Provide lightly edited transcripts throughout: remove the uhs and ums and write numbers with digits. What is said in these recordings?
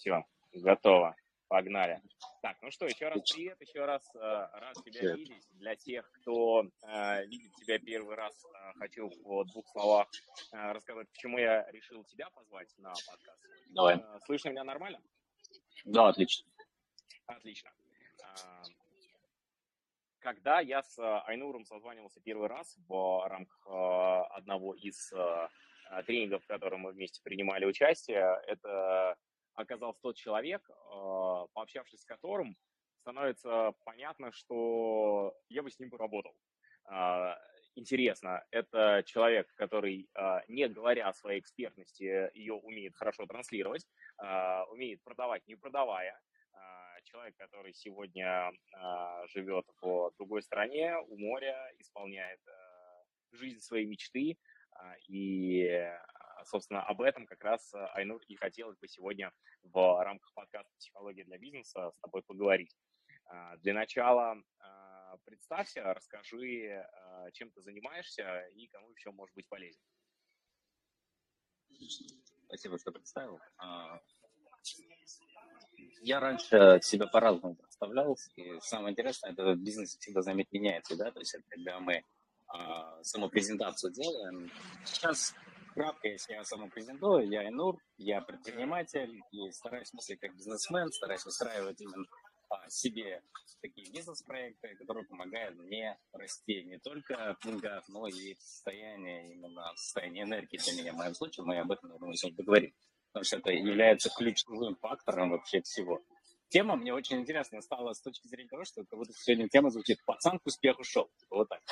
Все, готово. Погнали. Так, ну что, еще раз привет, еще раз рад тебя видеть. Для тех, кто видит тебя первый раз, хочу в двух словах рассказать, почему я решил тебя позвать на подкаст. Давай. Слышно меня нормально? Да, отлично. Отлично. Когда я с Айнуром созванивался первый раз в рамках одного из тренингов, в котором мы вместе принимали участие, это оказался тот человек, пообщавшись с которым, становится понятно, что я бы с ним поработал. Интересно, это человек, который, не говоря о своей экспертности, ее умеет хорошо транслировать, умеет продавать, не продавая. Человек, который сегодня живет в другой стране, у моря, исполняет жизнь своей мечты. И, собственно, об этом как раз, Айнур, и хотелось бы сегодня в рамках подкаста «Психология для бизнеса» с тобой поговорить. Для начала представься, расскажи, чем ты занимаешься и кому еще может быть полезен. Спасибо, что представил. Я раньше себя по-разному представлял, и самое интересное, это в бизнесе всегда заметно меняется, да, то есть это когда мы самопрезентацию делаем. Сейчас, кратко, если я самопрезентую, я Айнур, я предприниматель, и стараюсь мыслить как бизнесмен, стараюсь выстраивать именно себе такие бизнес-проекты, которые помогают мне расти не только в деньгах, но и в состоянии, именно состояние энергии для меня. В моем случае мы об этом, я думаю, сегодня поговорим, потому что это является ключевым фактором вообще всего. Тема мне очень интересна стала с точки зрения того, что как будто сегодня тема звучит «пацан к успеху шел». Вот так.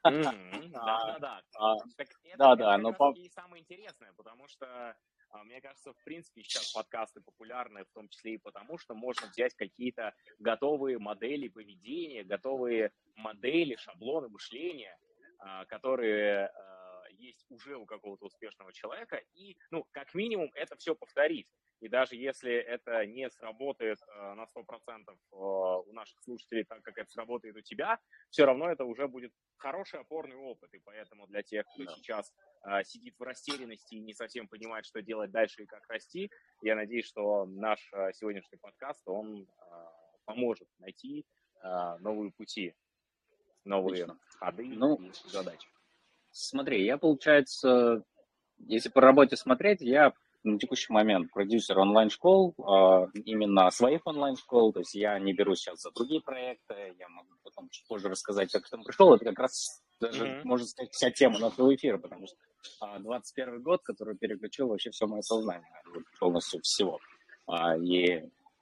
Да. Да, но как раз и самое интересное, потому что, мне кажется, в принципе, сейчас подкасты популярны, в том числе и потому, что можно взять какие-то готовые модели поведения, готовые модели, шаблоны мышления, которые есть уже у какого-то успешного человека, и, как минимум, это все повторить. И даже если это не сработает на 100% у наших слушателей так, как это сработает у тебя, все равно это уже будет хороший опорный опыт. И поэтому для тех, кто сейчас сидит в растерянности и не совсем понимает, что делать дальше и как расти, я надеюсь, что наш сегодняшний подкаст, он поможет найти новые пути, новые ходы и задачи. Смотри, я, получается, если по работе смотреть, я на текущий момент продюсер онлайн-школ, именно своих онлайн-школ, то есть я не беру сейчас за другие проекты, я могу потом чуть позже рассказать, как к этому пришел, это как раз даже, можно сказать, вся тема нашего эфира, потому что 21 год, который переключил вообще все мое сознание, полностью всего. И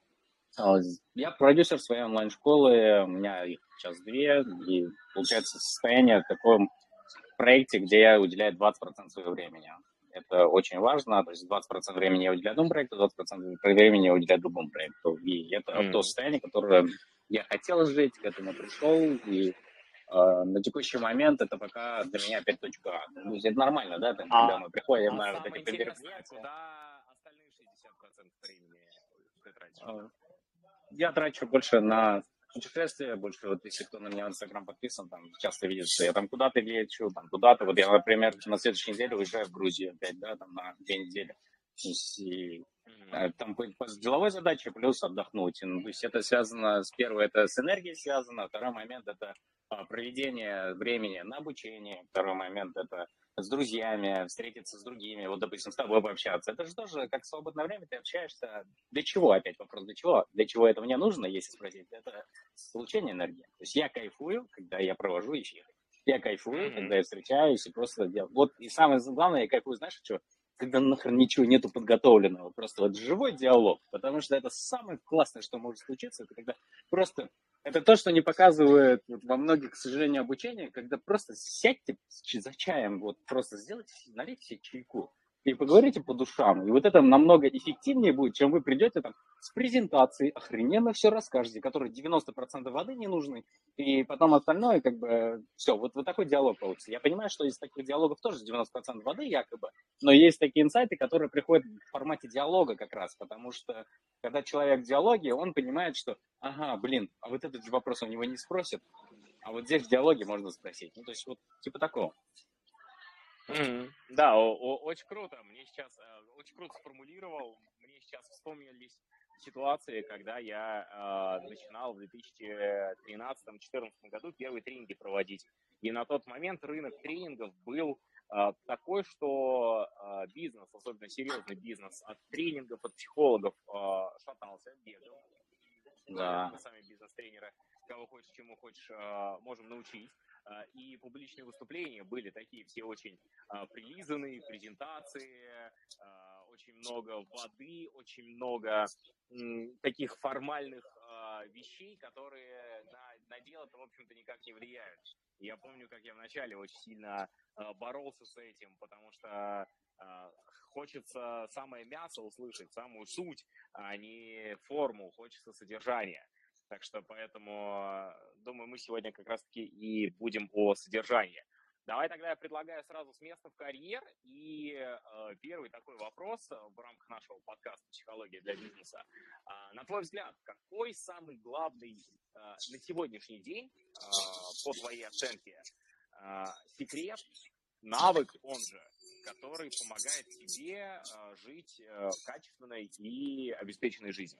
я продюсер своей онлайн-школы, у меня их сейчас 2, и получается состояние в таком проекте, где я уделяю 20% своего времени. Это очень важно, то есть 20% времени я уделяю одному проекту, 20% времени я уделяю другому проекту. И это то состояние, которое я хотел жить, к этому пришел, и на текущий момент это пока для меня опять точка А. Ну, это нормально, да, когда мы приходим на вот эти мероприятия. Куда остальные 60% времени ты тратишь? Я трачу больше на путешествия, больше, вот если кто на меня в Инстаграм подписан, там часто видит, что я там куда-то лечу, там куда-то. Вот я, например, на следующей неделе уезжаю в Грузию опять, да, там на 2 недели. И там по деловой задаче плюс отдохнуть. Ну, то есть это связано, первое, это с энергией связано, второй момент, это проведение времени на обучение, второй момент, это с друзьями, встретиться с другими, вот, допустим, с тобой пообщаться. Это же тоже как свободное время, ты общаешься. Для чего, опять вопрос, для чего? Для чего это мне нужно, если спросить? Это получение энергии. То есть я кайфую, когда я провожу эфир. Я кайфую, когда я встречаюсь и просто делаю. Вот и самое главное, я кайфую, знаешь, что? Когда нахрен ничего нету подготовленного. Просто вот живой диалог. Потому что это самое классное, что может случиться, это когда просто... Это то, что не показывает вот, во многих, к сожалению, обучениях, когда просто сядьте за чаем, вот просто сделайте, налейте себе чайку и поговорите по душам. И вот это намного эффективнее будет, чем вы придете там с презентацией, охрененно все расскажете, которой 90% воды не нужны, и потом остальное, как бы, все, вот такой диалог получится. Я понимаю, что из таких диалогов тоже 90% воды якобы, но есть такие инсайты, которые приходят в формате диалога как раз, потому что когда человек в диалоге, он понимает, что, ага, блин, а вот этот же вопрос у него не спросят, а вот здесь в диалоге можно спросить. Ну, то есть вот типа такого. Да, очень круто. Мне сейчас очень круто сформулировал. Мне сейчас сейчас вспомнились ситуации, когда я начинал в 2013-2014 году первые тренинги проводить. И на тот момент рынок тренингов был такой, что бизнес, особенно серьезный бизнес, от тренингов, от психологов шатался, бегал. Да. Мы сами бизнес-тренеры, кого хочешь, чему хочешь, можем научить. И публичные выступления были такие, все очень прилизанные, презентации, очень много воды, очень много таких формальных вещей, которые на дело-то, в общем-то, никак не влияют. Я помню, как я вначале очень сильно боролся с этим, потому что хочется самое мясо услышать, самую суть, а не форму, хочется содержания. Так что поэтому, думаю, мы сегодня как раз-таки и будем о содержании. Давай тогда я предлагаю сразу с места в карьер. И первый такой вопрос в рамках нашего подкаста «Психология для бизнеса». На твой взгляд, какой самый главный на сегодняшний день, по твоей оценке, секрет, навык, он же, который помогает тебе жить качественной и обеспеченной жизнью?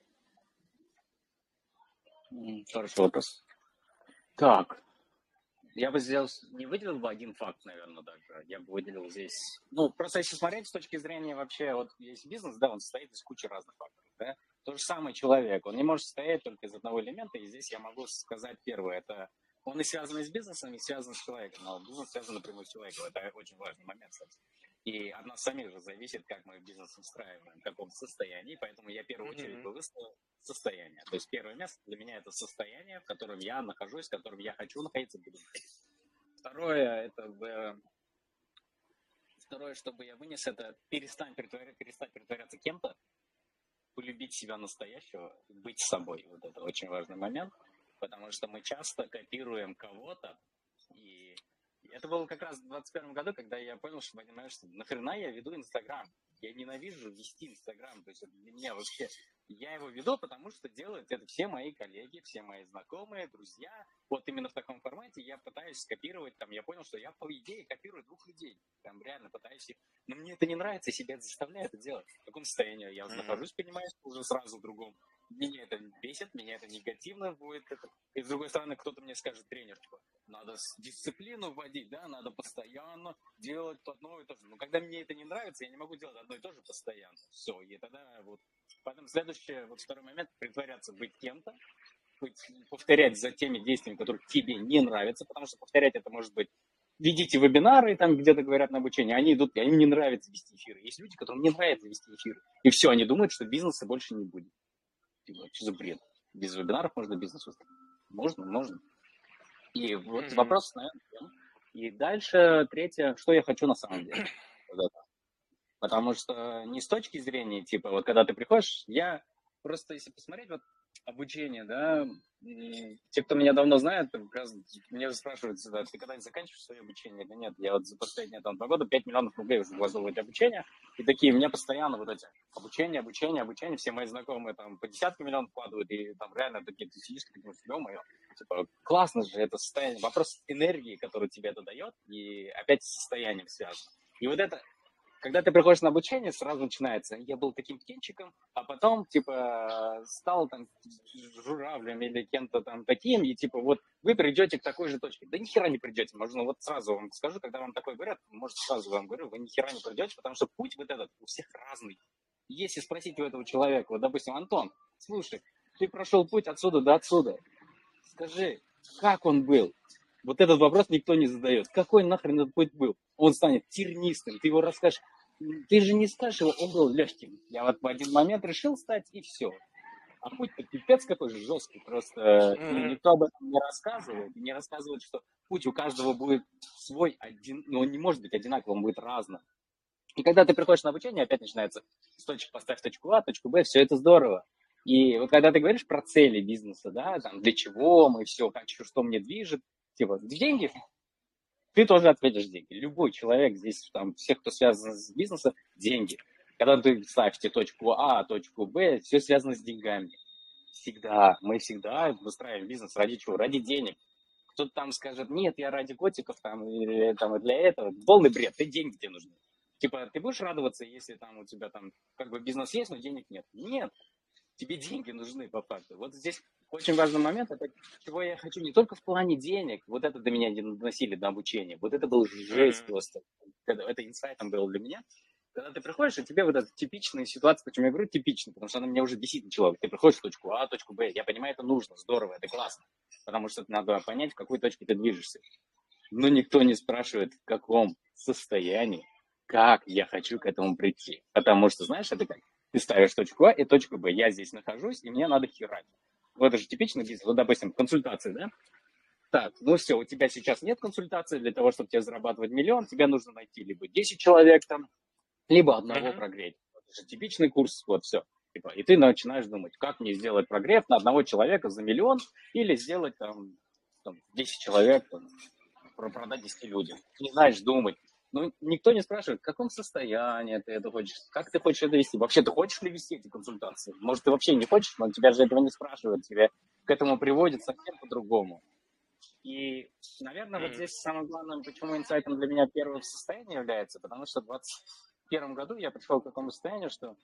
Хороший вопрос. Так, я бы здесь не выделил бы один факт, наверное, даже. Я бы выделил здесь... Ну, просто если смотреть с точки зрения вообще, вот есть бизнес, да, он состоит из кучи разных факторов, да. То же самое человек, он не может состоять только из одного элемента, и здесь я могу сказать первое, это он и связан с бизнесом, и связан с человеком, но бизнес связан напрямую с человеком, это очень важный момент, кстати. И от нас самих же зависит, как мы бизнес устраиваем, в каком состоянии, поэтому я в первую очередь бы выставил состояние. То есть первое место для меня это состояние, в котором я нахожусь, в котором я хочу находиться, буду находиться. Второе, что бы я вынес, это перестать притворяться кем-то, полюбить себя настоящего, быть собой. Вот это очень важный момент, потому что мы часто копируем кого-то, и это было как раз в 2021 году, когда я понял, что, понимаешь, что нахрена я веду Инстаграм. Я ненавижу вести Инстаграм. То есть это для меня вообще... Я его веду, потому что делают это все мои коллеги, все мои знакомые, друзья. Вот именно в таком формате я пытаюсь скопировать. Там, я понял, что я, по идее, копирую двух людей. Там реально пытаюсь их... Но мне это не нравится, себя это заставляет это делать. В каком состоянии я нахожусь, понимаешь, уже сразу в другом. Меня это бесит, меня это негативно будет. И с другой стороны, кто-то мне скажет, тренер, типа, надо дисциплину вводить, да, надо постоянно делать одно и то же. Но когда мне это не нравится, я не могу делать одно и то же постоянно. Все, и тогда вот... Потом следующее, вот второй момент, притворяться быть кем-то, повторять за теми действиями, которые тебе не нравятся, потому что повторять это может быть ведите вебинары, там где-то говорят на обучение, они идут, и им не нравится вести эфиры. Есть люди, которым не нравится вести эфиры. И все, они думают, что бизнеса больше не будет. Типа, что за бред? Без вебинаров можно бизнес устроить? Можно. И вот вопрос, наверное, и дальше третье, что я хочу на самом деле. Потому что не с точки зрения, типа, вот когда ты приходишь, я просто, если посмотреть, вот обучение, да, те, кто меня давно знает, как раз меня спрашивают всегда, ты когда-нибудь заканчиваешь свое обучение или нет? Я вот за последние 2 года 5 миллионов рублей уже вложил в это обучение, и такие, у меня постоянно вот эти обучение, все мои знакомые там по десятки миллионов вкладывают, и там реально такие, ты сидишь, ты думаешь, ё-моё, типа, классно же это состояние, вопрос энергии, которую тебе это дает, и опять с состоянием связано. И вот это, когда ты приходишь на обучение, сразу начинается. Я был таким птенчиком, а потом, типа, стал там журавлем или кем-то там таким, и, типа, вот вы придете к такой же точке. Да ни хера не придете. Можно вот сразу вам скажу, когда вам такое говорят, может, сразу вам говорю, вы ни хера не придете, потому что путь вот этот у всех разный. Если спросить у этого человека, вот, допустим, Антон, слушай, ты прошел путь отсюда до отсюда. Скажи, как он был? Вот этот вопрос никто не задает. Какой нахрен этот путь был? Он станет тернистым, ты его расскажешь. Ты же не скажешь его, он был легким. Я вот в один момент решил стать, и все. А путь-то пипец какой же жесткий. Просто никто об этом не рассказывает. И не рассказывает, что путь у каждого будет свой, но он не может быть одинаковым, он будет разным. И когда ты приходишь на обучение, опять начинается с точки поставь точку А, точку Б, все это здорово. И вот когда ты говоришь про цели бизнеса, да, там, для чего мы все, что мне движет, типа, деньги, ты тоже ответишь деньги. Любой человек здесь, там, всех, кто связан с бизнесом, деньги. Когда ты ставите точку А, точку Б, все связано с деньгами. Мы всегда выстраиваем бизнес ради чего? Ради денег. Кто-то там скажет, нет, я ради котиков, там, или там, и для этого. Полный бред, ты деньги тебе нужны. Типа, ты будешь радоваться, если там у тебя там как бы бизнес есть, но денег нет? Нет. Тебе деньги нужны по факту. Вот здесь очень важный момент, это чего я хочу не только в плане денег, вот это до меня не доносили до обучения, вот это был жесть просто, это инсайтом было для меня. Когда ты приходишь, и тебе вот эта типичная ситуация, почему я говорю типичная, потому что она меня уже бесит начала. Ты приходишь в точку А, точку Б, я понимаю, это нужно, здорово, это классно, потому что надо понять, в какой точке ты движешься. Но никто не спрашивает, в каком состоянии, как я хочу к этому прийти. Потому что, знаешь, это как? Ты ставишь точку А и точку Б. Я здесь нахожусь, и мне надо херать. Вот это же типичный бизнес. Вот, допустим, консультации, да? Так, ну все, у тебя сейчас нет консультации для того, чтобы тебе зарабатывать миллион, тебе нужно найти либо 10 человек там, либо одного прогреть. Это же типичный курс, вот все. Типа, и ты начинаешь думать, как мне сделать прогрев на одного человека за миллион или сделать там 10 человек, там, продать 10 людям. Ты не знаешь думать. Ну, никто не спрашивает, в каком состоянии ты это хочешь, как ты хочешь это вести. Вообще, ты хочешь ли вести эти консультации? Может, ты вообще не хочешь, но тебя же этого не спрашивают. Тебя к этому приводит совсем по-другому. И, наверное, вот здесь самое главное, почему инсайтом для меня первое состояние является, потому что в 2021 году я пришел к такому состоянию, что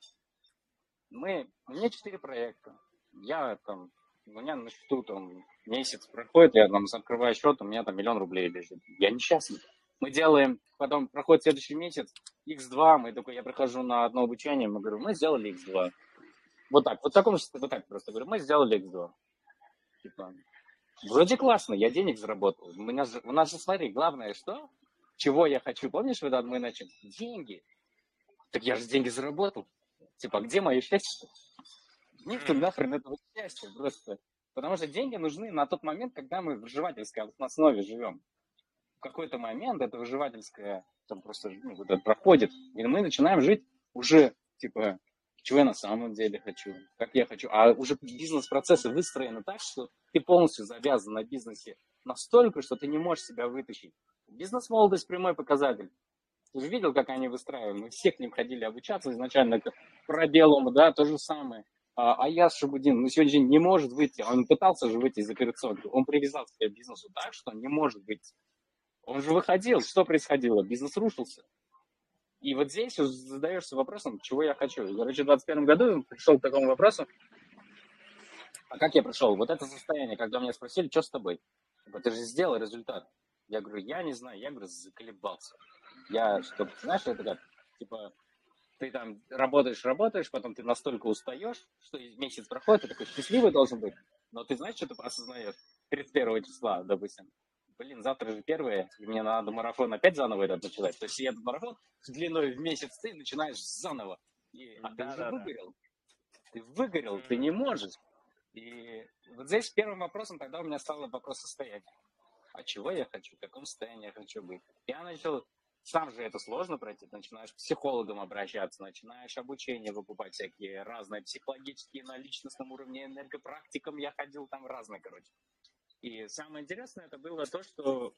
у меня 4 проекта. Я там, у меня на счету там месяц проходит, я там открываю счет, у меня там 1 000 000 рублей лежит. Я несчастный. Мы делаем, потом проходит следующий месяц, X2, я прихожу на одно обучение, мы говорим, мы сделали X2. Вот так, вот так просто говорю, мы сделали X2. Типа, вроде классно, я денег заработал. У нас же, смотри, главное что? Чего я хочу, помнишь, мы начали? Деньги. Так я же деньги заработал. Типа, где мое счастье? Нету нахрен этого счастья просто. Потому что деньги нужны на тот момент, когда мы в выживательской основе живем. В какой-то момент это выживательское там просто вот это проходит, и мы начинаем жить уже, типа, чего я на самом деле хочу, как я хочу. А уже бизнес-процессы выстроены так, что ты полностью завязан на бизнесе настолько, что ты не можешь себя вытащить. Бизнес-молодость – прямой показатель. Ты же видел, как они выстраивали? Мы все к ним ходили обучаться изначально к пробелам, да, то же самое. Аяз Шабудин на сегодняшний день не может выйти. Он пытался же выйти из операционки. Он привязал себя к бизнесу так, что он не может выйти. Он же выходил. Что происходило? Бизнес рушился. И вот здесь задаешься вопросом, чего я хочу. И, короче, в 2021 году пришел к такому вопросу. А как я пришел? Вот это состояние, когда меня спросили, что с тобой? Ты же сделал результат. Я говорю, я не знаю. Я говорю, заколебался. Знаешь, это как, типа, ты там работаешь, потом ты настолько устаешь, что месяц проходит, ты такой счастливый должен быть. Но ты знаешь, что ты осознаешь? 31 числа, допустим. Блин, завтра же 1, и мне надо марафон опять заново этот начинать. То есть я этот марафон с длиной в месяц ты начинаешь заново. Ты уже выгорел. Ты выгорел, ты не можешь. И вот здесь первым вопросом тогда у меня стал вопрос состояния. А чего я хочу? В каком состоянии я хочу быть? Я начал, сам же это сложно пройти, ты начинаешь к психологам обращаться, начинаешь обучение выкупать всякие разные психологические на личностном уровне, энергопрактикам я ходил там разные, короче. И самое интересное это было то, что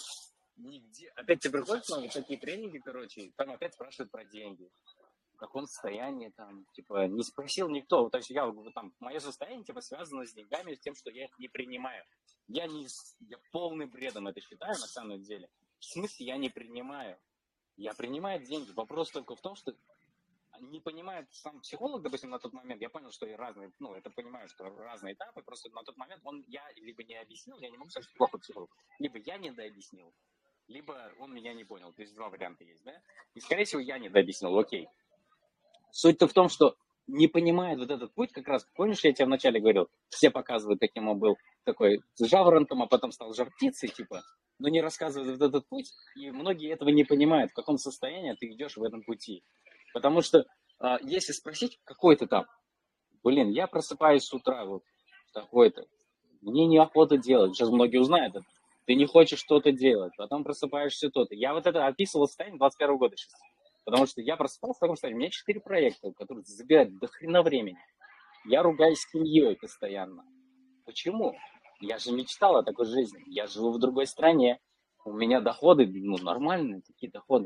опять ты приходишь на вот такие тренинги, короче, там опять спрашивают про деньги. В каком состоянии там, типа, не спросил никто. То есть мое состояние, типа, связано с деньгами, с тем, что я их не принимаю. Я полным бредом это считаю, на самом деле. В смысле, я не принимаю. Я принимаю деньги. Вопрос только в том, что не понимает сам психолог, допустим, на тот момент. Я понял, что и разные, это понимаю, что разные этапы. Просто на тот момент я либо не объяснил, я не могу сказать, что плохой психолог, либо я не дообъяснил, либо он меня не понял. То есть 2 варианта есть, да? И, скорее всего, я не дообъяснил, окей. Суть-то в том, что не понимает вот этот путь, как раз, помнишь, я тебе вначале говорил, все показывают, каким он был такой с жаворонком, а потом стал жар птицей, типа, но не рассказывают вот этот путь, и многие этого не понимают, в каком состоянии ты идешь в этом пути. Потому что, если спросить, какой ты там, я просыпаюсь с утра, вот такой-то, мне неохота делать, сейчас многие узнают это, ты не хочешь что-то делать, потом просыпаешься то-то. Я вот это описывал состояние 21 года сейчас. Потому что я просыпался в таком состоянии. У меня 4 проекта, которые забирают до хрена времени. Я ругаюсь с семьей постоянно. Почему? Я же мечтал о такой жизни. Я живу в другой стране. У меня доходы, нормальные такие доходы.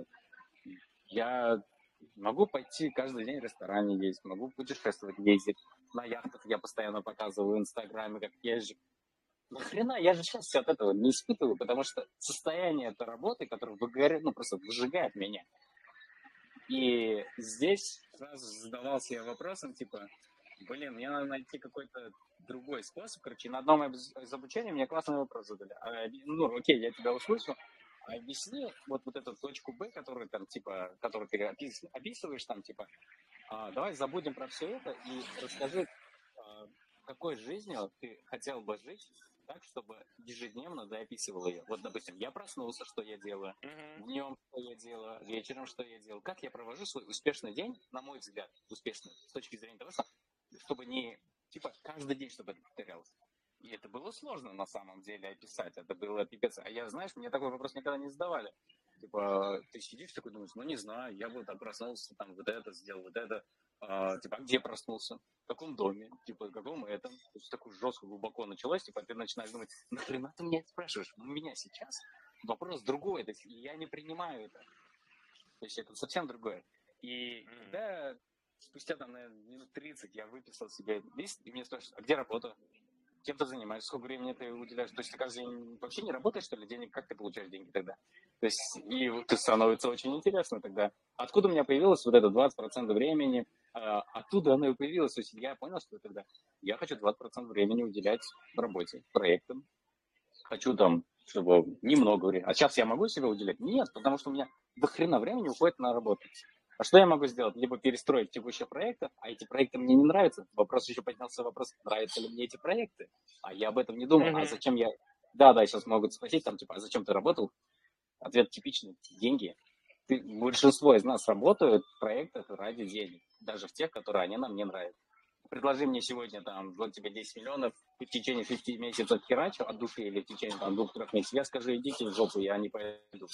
Я могу пойти каждый день в ресторане есть, могу путешествовать, ездить. На яхтах я постоянно показываю в Инстаграме, как езжу. Нахрена? Я же сейчас от этого не испытываю, потому что состояние этой работы, которое просто выжигает меня. И здесь сразу задавался я вопросом, типа, блин, мне надо найти какой-то другой способ. Короче, на одном из обучений мне классный вопрос задали. Ну, окей, я тебя услышал. Объясни вот эту точку Б, которую там, типа, которую ты описываешь там, типа, давай забудем про все это и расскажи, какой жизнью ты хотел бы жить так, чтобы ежедневно ты описывал ее. Вот, допустим, я проснулся, что я делаю, днем, что я делаю, вечером, что я делаю. Как я провожу свой успешный день, на мой взгляд, успешный, с точки зрения того, чтобы не, типа, каждый день, чтобы это повторялось. И это было сложно на самом деле описать. Это было пипец. А я, знаешь, мне такой вопрос никогда не задавали. Типа, ты сидишь такой, думаешь, ну не знаю, я бы там проснулся, там вот это сделал, вот это. Типа, а где проснулся? В каком доме? Типа, в каком этом? То есть такое жестко, глубоко началось, типа, ты начинаешь думать, нахрена ты меня это спрашиваешь? У меня сейчас вопрос другой, то есть я не принимаю это. То есть это совсем другое. И когда спустя, там, наверное, минут 30 я выписал себе лист, и мне спрашивают, а где работа? Чем ты занимаешься? Сколько времени ты уделяешь? То есть ты каждый день вообще не работаешь, что ли, денег? Как ты получаешь деньги тогда? То есть, и вот это становится очень интересно тогда. Откуда у меня появилось вот это 20% времени? Оттуда оно и появилось. То есть я понял, что тогда я хочу 20% времени уделять работе, проектам. Хочу там, чтобы немного времени. А сейчас я могу себе уделять? Нет, потому что у меня до хрена времени уходит на работу. А что я могу сделать? Либо перестроить текущие проекты, а эти проекты мне не нравятся. Вопрос еще поднялся вопрос, нравятся ли мне эти проекты. А я об этом не думал. А зачем я... Да, сейчас могут спросить, там, типа, а зачем ты работал? Ответ типичный. Деньги. Большинство из нас работают в проектах ради денег. Даже в тех, которые они нам не нравятся. Предложи мне сегодня, там, вот тебе 10 миллионов, и в течение 6 месяцев херачу от души или в течение, там, 2-3 месяцев, я скажу, идите в жопу, я не пойду.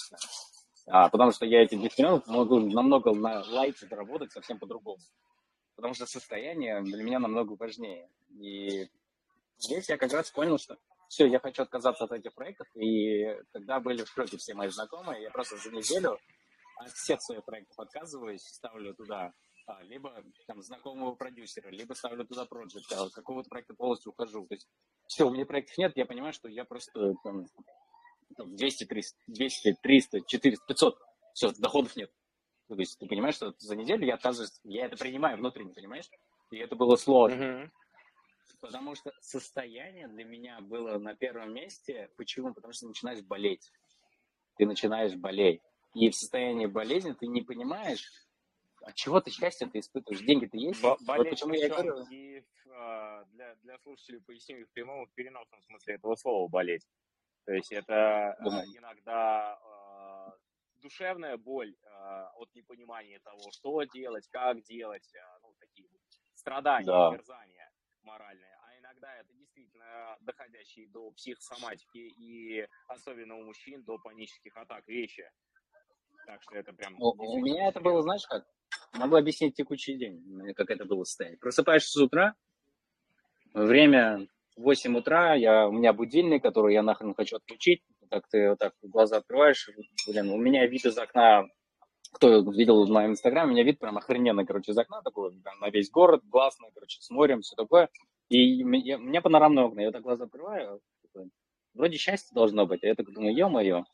Потому что я эти 10 миллионов могу намного на лайте заработать совсем по-другому. Потому что состояние для меня намного важнее. И здесь я как раз понял, что все, я хочу отказаться от этих проектов. И тогда были в шоке все мои знакомые. Я просто за неделю от всех своих проектов отказываюсь, ставлю туда либо там знакомого продюсера, либо ставлю туда проект, от какого-то проекта полностью ухожу. То есть все, у меня проектов нет, я понимаю, что я просто там, 200, 300, 200, 300, 400, 500, все, доходов нет. То есть ты понимаешь, что за неделю я отказываюсь, я это принимаю внутренне, понимаешь? И это было сложно. Потому что состояние для меня было на первом месте. Почему? Потому что начинаешь болеть. Ты начинаешь болеть. И в состоянии болезни ты не понимаешь, от чего ты счастье ты испытываешь. Деньги-то есть. Вот Болеть почему я причем, говорю. и для слушателей поясню, и в прямом, и в переносном смысле этого слова болеть. То есть это иногда душевная боль от непонимания того, что делать, как делать, ну, такие страдания, терзания моральные. А иногда это действительно доходящие до психосоматики и особенно у мужчин до панических атак вещи. Так что это прям... У меня это было, знаешь как? Могу объяснить текущий день, как это было состояние. Просыпаешься с утра, время 8 утра, у меня будильник, который я нахрен хочу отключить. Так ты вот так глаза открываешь, блин, у меня вид из окна, кто видел в моем инстаграме, у меня вид прям охрененный, короче, из окна такой, прям на весь город, классный, короче, с морем, все такое. И у меня панорамное окна, я вот так глаза открываю, такой, вроде счастье должно быть, а я так думаю, ё-моё,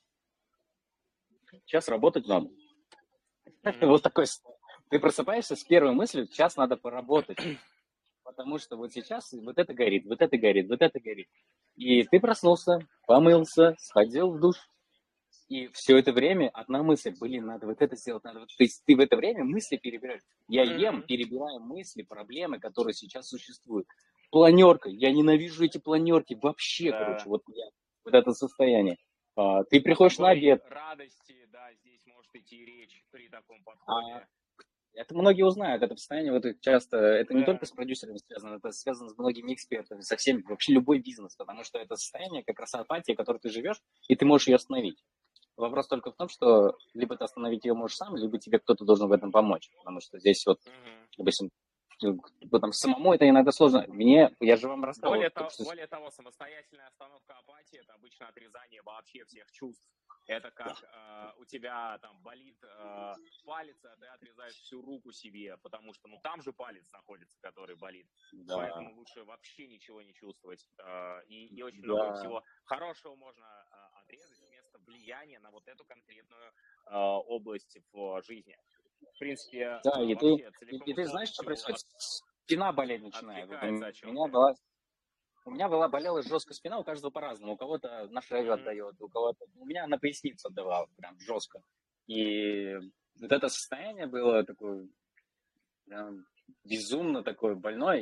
сейчас работать надо. Вот такой, ты просыпаешься с первой мыслью, сейчас надо поработать. Потому что вот сейчас вот это горит, вот это горит, вот это горит. И ты проснулся, помылся, сходил в душ. И все это время одна мысль, блин, надо вот это сделать, надо вот... То есть ты в это время мысли перебираешь. Я ем, перебираю мысли, проблемы, которые сейчас существуют. Планерка, я ненавижу эти планерки вообще, короче, вот это состояние. Ты приходишь на обед. Радости, да, здесь может идти речь при таком подходе. Это многие узнают, это состояние вот часто, это не только с продюсерами связано, это связано с многими экспертами, со всеми, вообще любой бизнес, потому что это состояние как раз апатия, в которой ты живешь, и ты можешь ее остановить. Вопрос только в том, что либо ты остановить ее можешь сам, либо тебе кто-то должен в этом помочь, потому что здесь вот, допустим, потом самому это иногда сложно. Я же вам рассказывал. Более того, самостоятельная остановка апатии – это обычно отрезание вообще всех чувств. Это как у тебя там болит палец, а ты отрезаешь всю руку себе, потому что там же палец находится, который болит. Да. Поэтому лучше вообще ничего не чувствовать. И очень много всего хорошего можно отрезать вместо влияния на вот эту конкретную область в жизни. в принципе, Да, вообще целиком и и ты знаешь, что полностью происходит? Спина болеть начинает. Вот откликается о чем-то. у меня была болела жестко спина, у каждого по-разному. У кого-то на шею Мгм. отдает, у кого-то... У меня на поясницу отдавал прям жестко. И вот это состояние было такое прям безумно такое больное.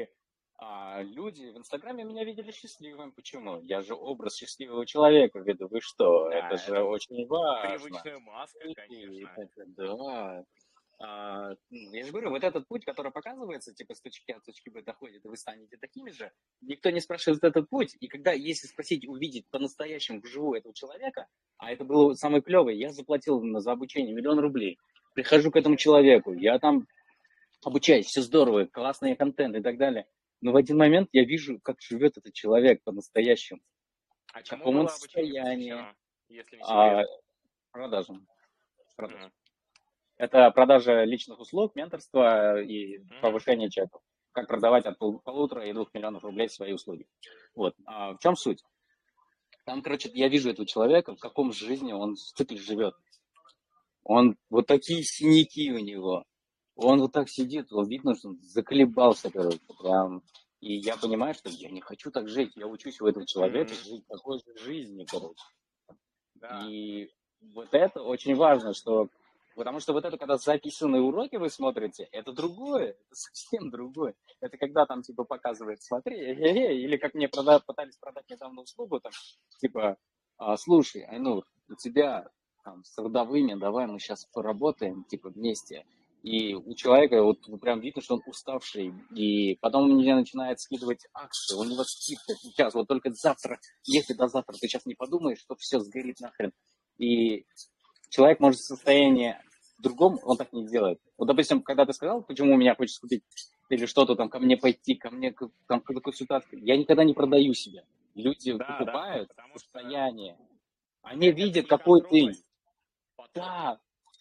Люди в Инстаграме меня видели счастливым. Почему? Я же образ счастливого человека веду. Вы что? Это Да, же это очень важно. привычная маска, И конечно. да. Я же говорю, вот этот путь, который показывается, типа с точки А в точки Б доходит, и вы станете такими же, никто не спрашивает этот путь. И когда, если спросить, увидеть по-настоящему вживую этого человека, а это было самое клевое, я заплатил за обучение 1 000 000 рублей, прихожу к этому человеку, я там обучаюсь, все здорово, классный контент и так далее. Но в один момент я вижу, как живет этот человек по-настоящему, А в чему каком он было обучение состоянии, посвящено, если не секрет? а, продажам. Мгм. Это продажа личных услуг, менторство и Мгм. повышение чеков. Как продавать от 1,5 и 2 миллионов рублей свои услуги. Вот. В чем суть? Там, короче, я вижу этого человека, в каком жизни он в цикле живет. Он вот такие синяки у него. Он вот так сидит, вот видно, что он заколебался, короче, прям. И я понимаю, что я не хочу так жить. Я учусь у этого человека Мгм. жить такой же жизнью, короче. Да. И вот это очень важно, что... Потому что вот это, когда записанные уроки вы смотрите, это другое, это совсем другое. Это когда там, типа, показывает, смотри, или как мне пытались продать недавно услугу, там, типа, слушай, Айнур, у тебя там с родовыми, давай мы сейчас поработаем, типа, вместе. И у человека вот прям видно, что он уставший, и потом он мне начинает скидывать акции, у него скидка сейчас, вот только завтра, если до завтра ты сейчас не подумаешь, что все сгорит нахрен. И человек может в состоянии другом, он так не делает. Вот, допустим, когда ты сказал, почему меня хочешь купить, или что-то там ко мне пойти, ко мне там какую-то консультацию, я никогда не продаю себя. Люди Да, да, покупают потому что состояние. Они это видят, не какой ты. контроль потока. Да,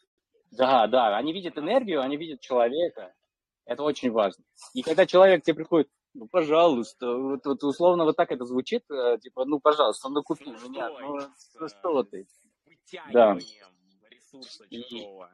да, они видят энергию, они видят человека. Это очень важно. И когда человек тебе приходит, ну, пожалуйста, вот условно вот так это звучит, типа, ну, пожалуйста, ну, С купи меня, нуждой, ну, с ну, что ты? Да. вытягиванием ресурса И чужого.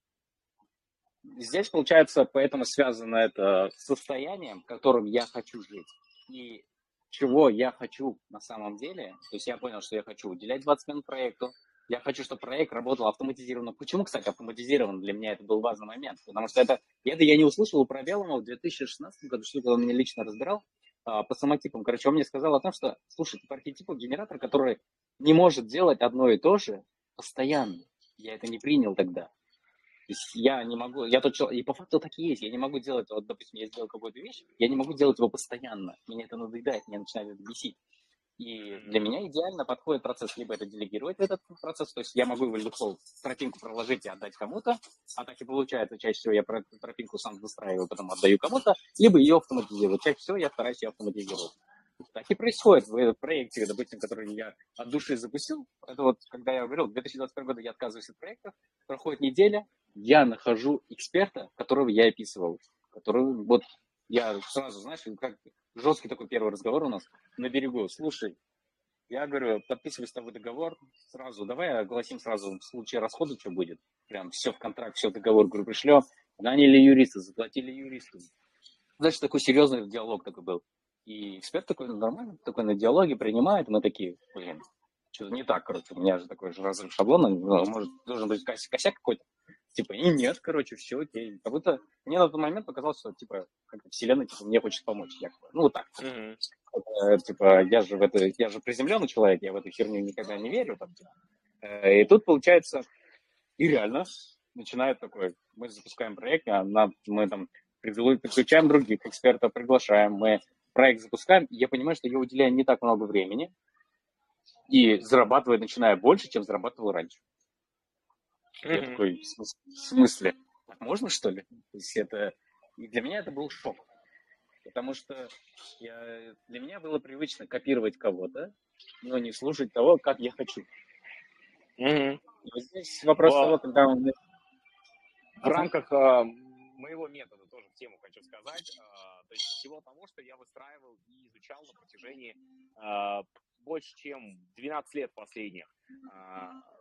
здесь, получается, поэтому связано это с состоянием, которым я хочу жить. И чего я хочу на самом деле. То есть я понял, что я хочу уделять 20 минут проекту. Я хочу, чтобы проект работал автоматизированно. Почему, кстати, автоматизированно? Для меня это был важный момент. Потому что это я не услышал у Пробелова в 2016 году, что он меня лично разбирал по самотипам. Короче, он мне сказал о том, что, слушай, ты по архетипу генератор, который не может делать одно и то же постоянно. Я это не принял тогда. То есть я не могу, я тот человек, и по факту так и есть, я не могу делать, вот, допустим, я сделал какую-то вещь, я не могу делать его постоянно, меня это надоедает, меня начинает это бесить. И для Мгм. меня идеально подходит процесс либо это делегировать этот процесс, то есть я могу его легко тропинку проложить и отдать кому-то, а так и получается, чаще всего я тропинку сам выстраиваю, потом отдаю кому-то, либо ее автоматизирую. Чаще всего я стараюсь ее автоматизировать. Так и происходит в проекте, допустим, который я от души запустил. Это вот, когда я говорил, в 2021 году я отказываюсь от проектов, проходит неделя, я нахожу эксперта, которого я описывал, который вот я сразу, знаешь, как жесткий такой первый разговор у нас на берегу. Слушай, я говорю, подписывай с тобой договор сразу, давай огласим сразу в случае расхода, что будет. Прям все в контракт, все в договор, говорю, пришлем. Наняли юриста, заплатили юристу. Значит, такой серьезный диалог такой был. И эксперт такой, ну, нормально, такой на диалоге принимает, мы такие, блин, что-то не так, короче, у меня же такой же разрыв шаблона, ну, может, должен быть косяк какой-то. Типа, и нет, короче, все окей. Как будто мне на тот момент показалось, что, типа, как вселенная, типа, мне хочет помочь, якобы. Ну, вот так. Мгм. Типа, я же приземленный человек, я в эту херню никогда не верю, там, типа. И тут, получается, и реально начинает такой, мы запускаем проект, мы там подключаем других экспертов, приглашаем, мы проект запускаем, и я понимаю, что я уделяю не так много времени, и зарабатывать начинаю больше, чем зарабатывал раньше. Я Мгм. такой, в смысле? Так можно, что ли? То есть и для меня это был шок, потому что для меня было привычно копировать кого-то, но не слушать того, как я хочу. Мгм. И вот здесь вопрос В того, когда он... В Ага. рамках моего метода тоже в тему хочу сказать. То есть всего того, что я выстраивал и изучал на протяжении больше, чем 12 лет последних.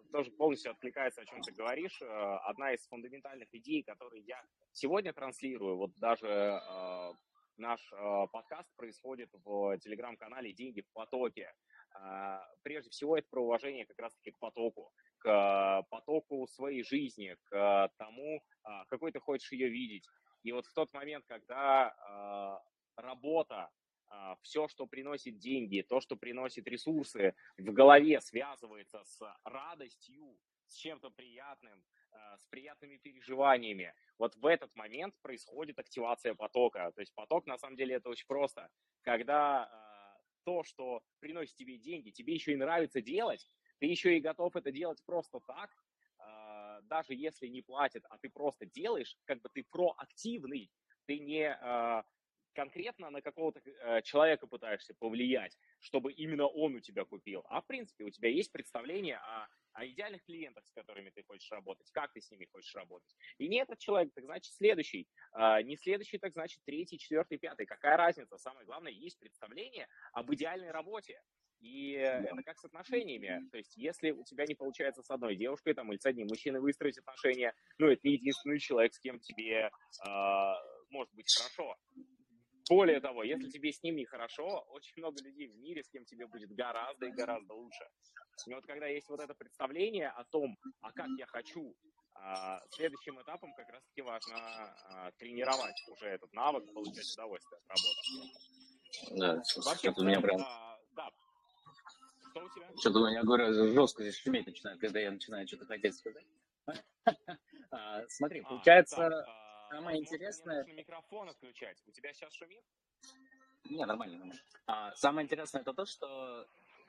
тоже полностью откликается, о чем ты говоришь. Одна из фундаментальных идей, которые я сегодня транслирую, вот даже наш подкаст происходит в телеграм-канале «Деньги в потоке». Прежде всего, это про уважение как раз-таки к потоку своей жизни, к тому, какой ты хочешь ее видеть. И вот в тот момент, когда работа, все, что приносит деньги, то, что приносит ресурсы, в голове связывается с радостью, с чем-то приятным, с приятными переживаниями, вот в этот момент происходит активация потока. То есть поток, на самом деле, это очень просто. Когда то, что приносит тебе деньги, тебе еще и нравится делать, ты еще и готов это делать просто так, даже если не платят, а ты просто делаешь, как бы ты проактивный, ты не конкретно на какого-то человека пытаешься повлиять, чтобы именно он у тебя купил, а в принципе у тебя есть представление о идеальных клиентах, с которыми ты хочешь работать, как ты с ними хочешь работать. И не этот человек, так значит следующий, не следующий, так значит третий, четвертый, пятый. Какая разница? Самое главное, есть представление об идеальной работе. И это как с отношениями. То есть, если у тебя не получается с одной девушкой там, или с одним мужчиной выстроить отношения, ну, это не единственный человек, с кем тебе может быть хорошо. Более того, если тебе с ним нехорошо, очень много людей в мире, с кем тебе будет гораздо и гораздо лучше. И вот когда есть вот это представление о том, а как я хочу, следующим этапом как раз-таки важно тренировать уже этот навык, получать удовольствие от работы. Да, Вообще, в что-то у меня целом, прям... да. Что у тебя? Что-то у меня, говорю, жестко здесь шуметь начинает, когда я начинаю что-то хотеть сказать. Смотри, получается, самое Возможно, мне интересное... нужно микрофон отключать. У тебя сейчас шумит? Не, нормально. Самое интересное это то, что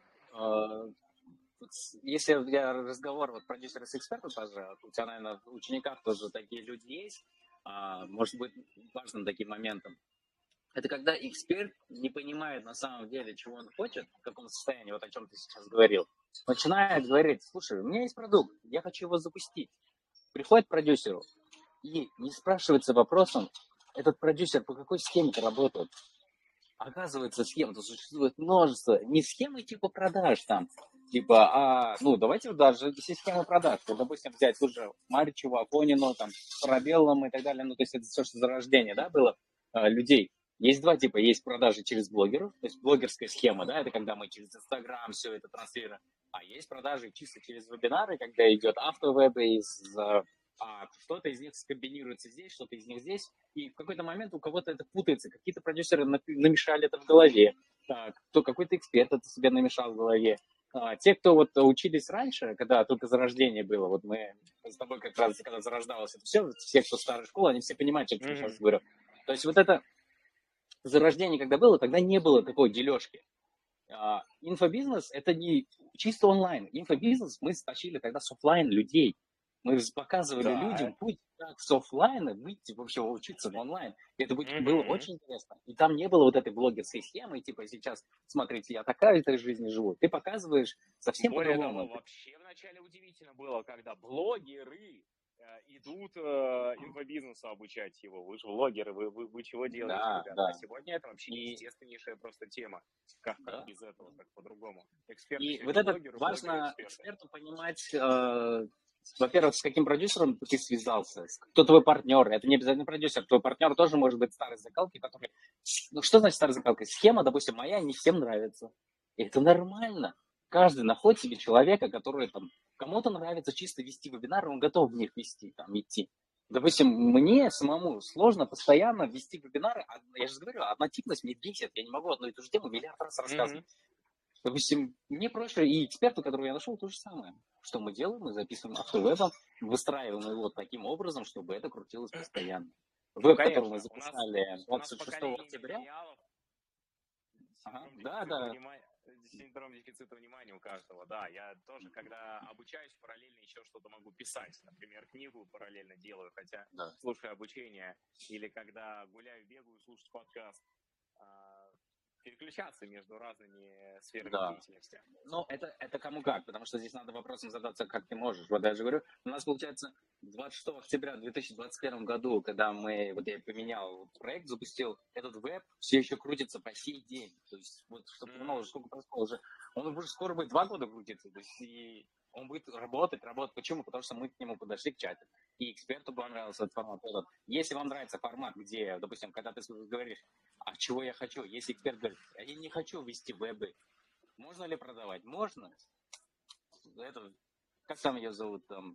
если я разговор вот продюсера с экспертом тоже, у тебя, наверное, в учениках тоже такие люди есть, может быть, важным таким моментом. Это когда эксперт не понимает на самом деле, чего он хочет, в каком состоянии, вот о чем ты сейчас говорил. Начинает говорить: слушай, у меня есть продукт, я хочу его запустить. Приходит к продюсеру и не спрашивается вопросом, этот продюсер по какой схеме-то работает. Оказывается, схем-то существует множество. Не схемы типа продаж там, типа, давайте даже схемы продаж. Вот, допустим, взять ту же Маричеву, Афонину, там, Парабеллум и так далее. Ну, то есть это все, что зарождение, да, было людей. Есть два типа. Есть продажи через блогеров, то есть блогерская схема, да, это когда мы через Инстаграм все это транслируем. А есть продажи чисто через вебинары, когда идет автовеб что-то из них скомбинируется здесь, что-то из них здесь, и в какой-то момент у кого-то это путается, какие-то продюсеры намешали это в голове, какой-то эксперт это себе намешал в голове. Те, кто вот учились раньше, когда только зарождение было, вот мы с тобой как раз, когда зарождалось это все, кто старой школы, они все понимают, о чем сейчас говорю. То есть вот это зарождение, когда было, тогда не было такой дележки. Инфобизнес – это не чисто онлайн. Инфобизнес мы стащили тогда с офлайн людей. Мы показывали людям путь, как с офлайна выйти, вообще учиться в онлайн. И это было очень интересно. И там не было вот этой блогерской схемы, типа сейчас, смотрите, я такая в этой жизни живу. Ты показываешь совсем по-другому. Более того, вообще вначале удивительно было, когда блогеры идут инфобизнесу обучать его. Вы же блогеры, вы чего делаете, ребята? Да. А сегодня это вообще естественнейшая просто тема. Как без этого, как по-другому. Эксперты и сегодня вот это блогеры, важно блогеры-эксперты. Эксперту понимать, во-первых, с каким продюсером ты связался, кто твой партнер. Это не обязательно продюсер, твой партнер тоже может быть старой закалки, который... Ну, что значит старой закалки? Схема, допустим, моя не всем нравится. И это нормально. Каждый находит себе человека, который там... Кому-то нравится чисто вести вебинары, он готов в них вести, там, идти. Допустим, мне самому сложно постоянно вести вебинары. Я же говорю, однотипность мне бесит. Я не могу одну и ту же тему миллиард раз рассказывать. Допустим, мне проще, и эксперту, которого я нашел, то же самое. Что мы делаем? Мы записываем автовебом, выстраиваем его таким образом, чтобы это крутилось постоянно. Веб, который мы записали 26 октября. Синдром дефицита внимания у каждого, да. Я тоже, когда обучаюсь, параллельно еще что-то могу писать. Например, книгу параллельно делаю, хотя слушаю обучение. Или когда гуляю, бегаю, слушаю подкаст. Переключаться между разными сферами деятельности. Ну, это кому как, потому что здесь надо вопросом задаться, как ты можешь. Вот я же говорю, у нас, получается, 26 октября 2021 году, когда я поменял проект, запустил, этот веб все еще крутится по сей день. То есть, вот, чтобы ты понимал, сколько прошло уже, он уже скоро будет 2 года крутиться. То есть, и Он будет работать. Почему? Потому что мы к нему подошли к чату. И эксперту понравился этот формат. Если вам нравится формат, где, допустим, когда ты говоришь, а чего я хочу? Если эксперт говорит, а я не хочу вести вебы, можно ли продавать? Можно. Это, как там ее зовут? Там,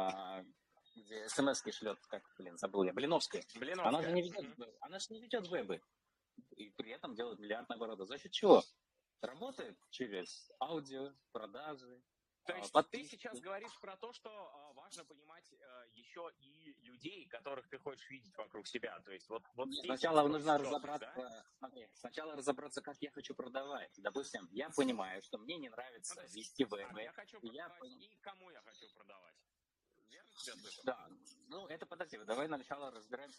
где смс-ки шлет, забыл я, Блиновская. Она же не ведет вебы. И при этом делает миллиард оборотов. За счет чего? Работает через аудио, продажи. То есть ты сейчас говоришь про то, что важно понимать еще и людей, которых ты хочешь видеть вокруг себя. То есть вот сначала нужно разобраться, да? Сначала разобраться, как я хочу продавать. Допустим, я понимаю, что мне не нравится вести вебы. Я хочу продавать и кому я хочу продавать. Верно тебя слышу? Да. Ну, это подожди, давай сначала разберемся,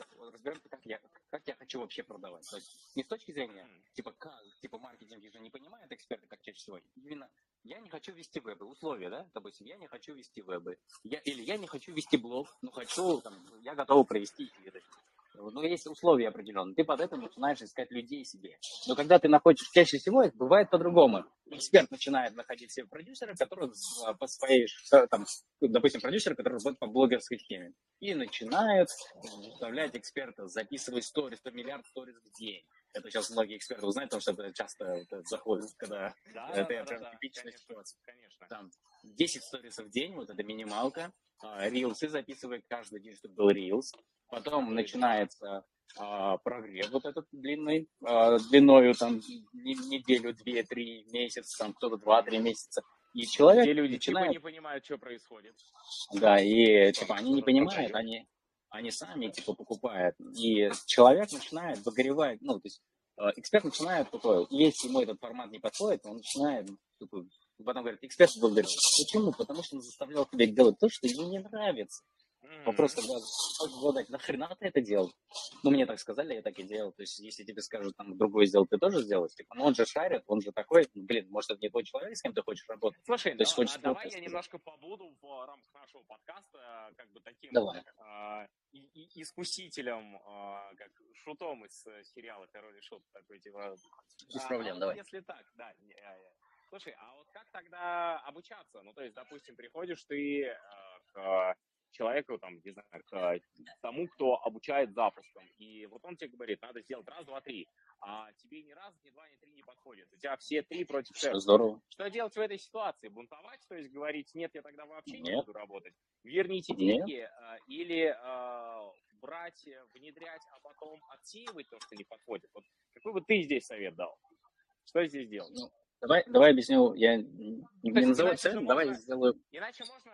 как я хочу вообще продавать. То есть не с точки зрения, типа маркетинг же не понимает эксперты, как чаще всего. Именно я не хочу вести вебы, условия, да? Допустим, я не хочу вести вебы. Или я не хочу вести блог, но я готов провести эфиры. Ну, есть условия определенные. Ты под это начинаешь искать людей себе. Но когда ты находишь, чаще всего бывает по-другому. Эксперт начинает находить себе продюсера, который по своей, допустим, продюсер, который работает по блогерской теме. И начинают вставлять эксперта, записывать сторис, миллиард сторис в день. Это сейчас многие эксперты узнают, потому что это часто заходит, когда это прям типичная ситуация. Конечно. Там 10 сторисов в день, вот это минималка. Рилсы записывают каждый день, чтобы был рилс. Потом начинается прогрев вот этот длинный, длиною там неделю, 2-3 месяца, там кто-то 2-3 месяца. И человек где люди начинает... не понимают, что происходит. Да, и они не понимают, они сами покупают. И человек начинает выгоревать, то есть эксперт начинает если ему этот формат не подходит, он начинает потом говорит, эксперт благодарит. Почему? Потому что он заставлял тебя делать то, что ему не нравится. Вопрос тогда задать, нахрена ты это делал? Мне так сказали, я так и делал. То есть, если тебе скажут, другое сделать, ты тоже сделаешь? Он же шарит, он же такой, может, это не твой человек, с кем ты хочешь работать? Слушай, давай я немножко побуду в рамках нашего подкаста, таким искусителем, как шутом из сериала «Король и Шут». Такой, без проблем, давай. Если так, да. Слушай, а вот как тогда обучаться? То есть, допустим, приходишь ты к человеку, не знаю, к тому, кто обучает запускам, и вот он тебе говорит, надо сделать раз, два, три, а тебе ни раз, ни два, ни три не подходит. У тебя все три против шефа. Здорово. Что делать в этой ситуации? Бунтовать, то есть говорить, нет, я тогда вообще не буду работать? Верните деньги или брать, внедрять, а потом отсеивать то, что не подходит? Вот какой бы ты здесь совет дал? Что здесь делать? Давай объясню. Я не назову совет, давай сделаю. Иначе можно...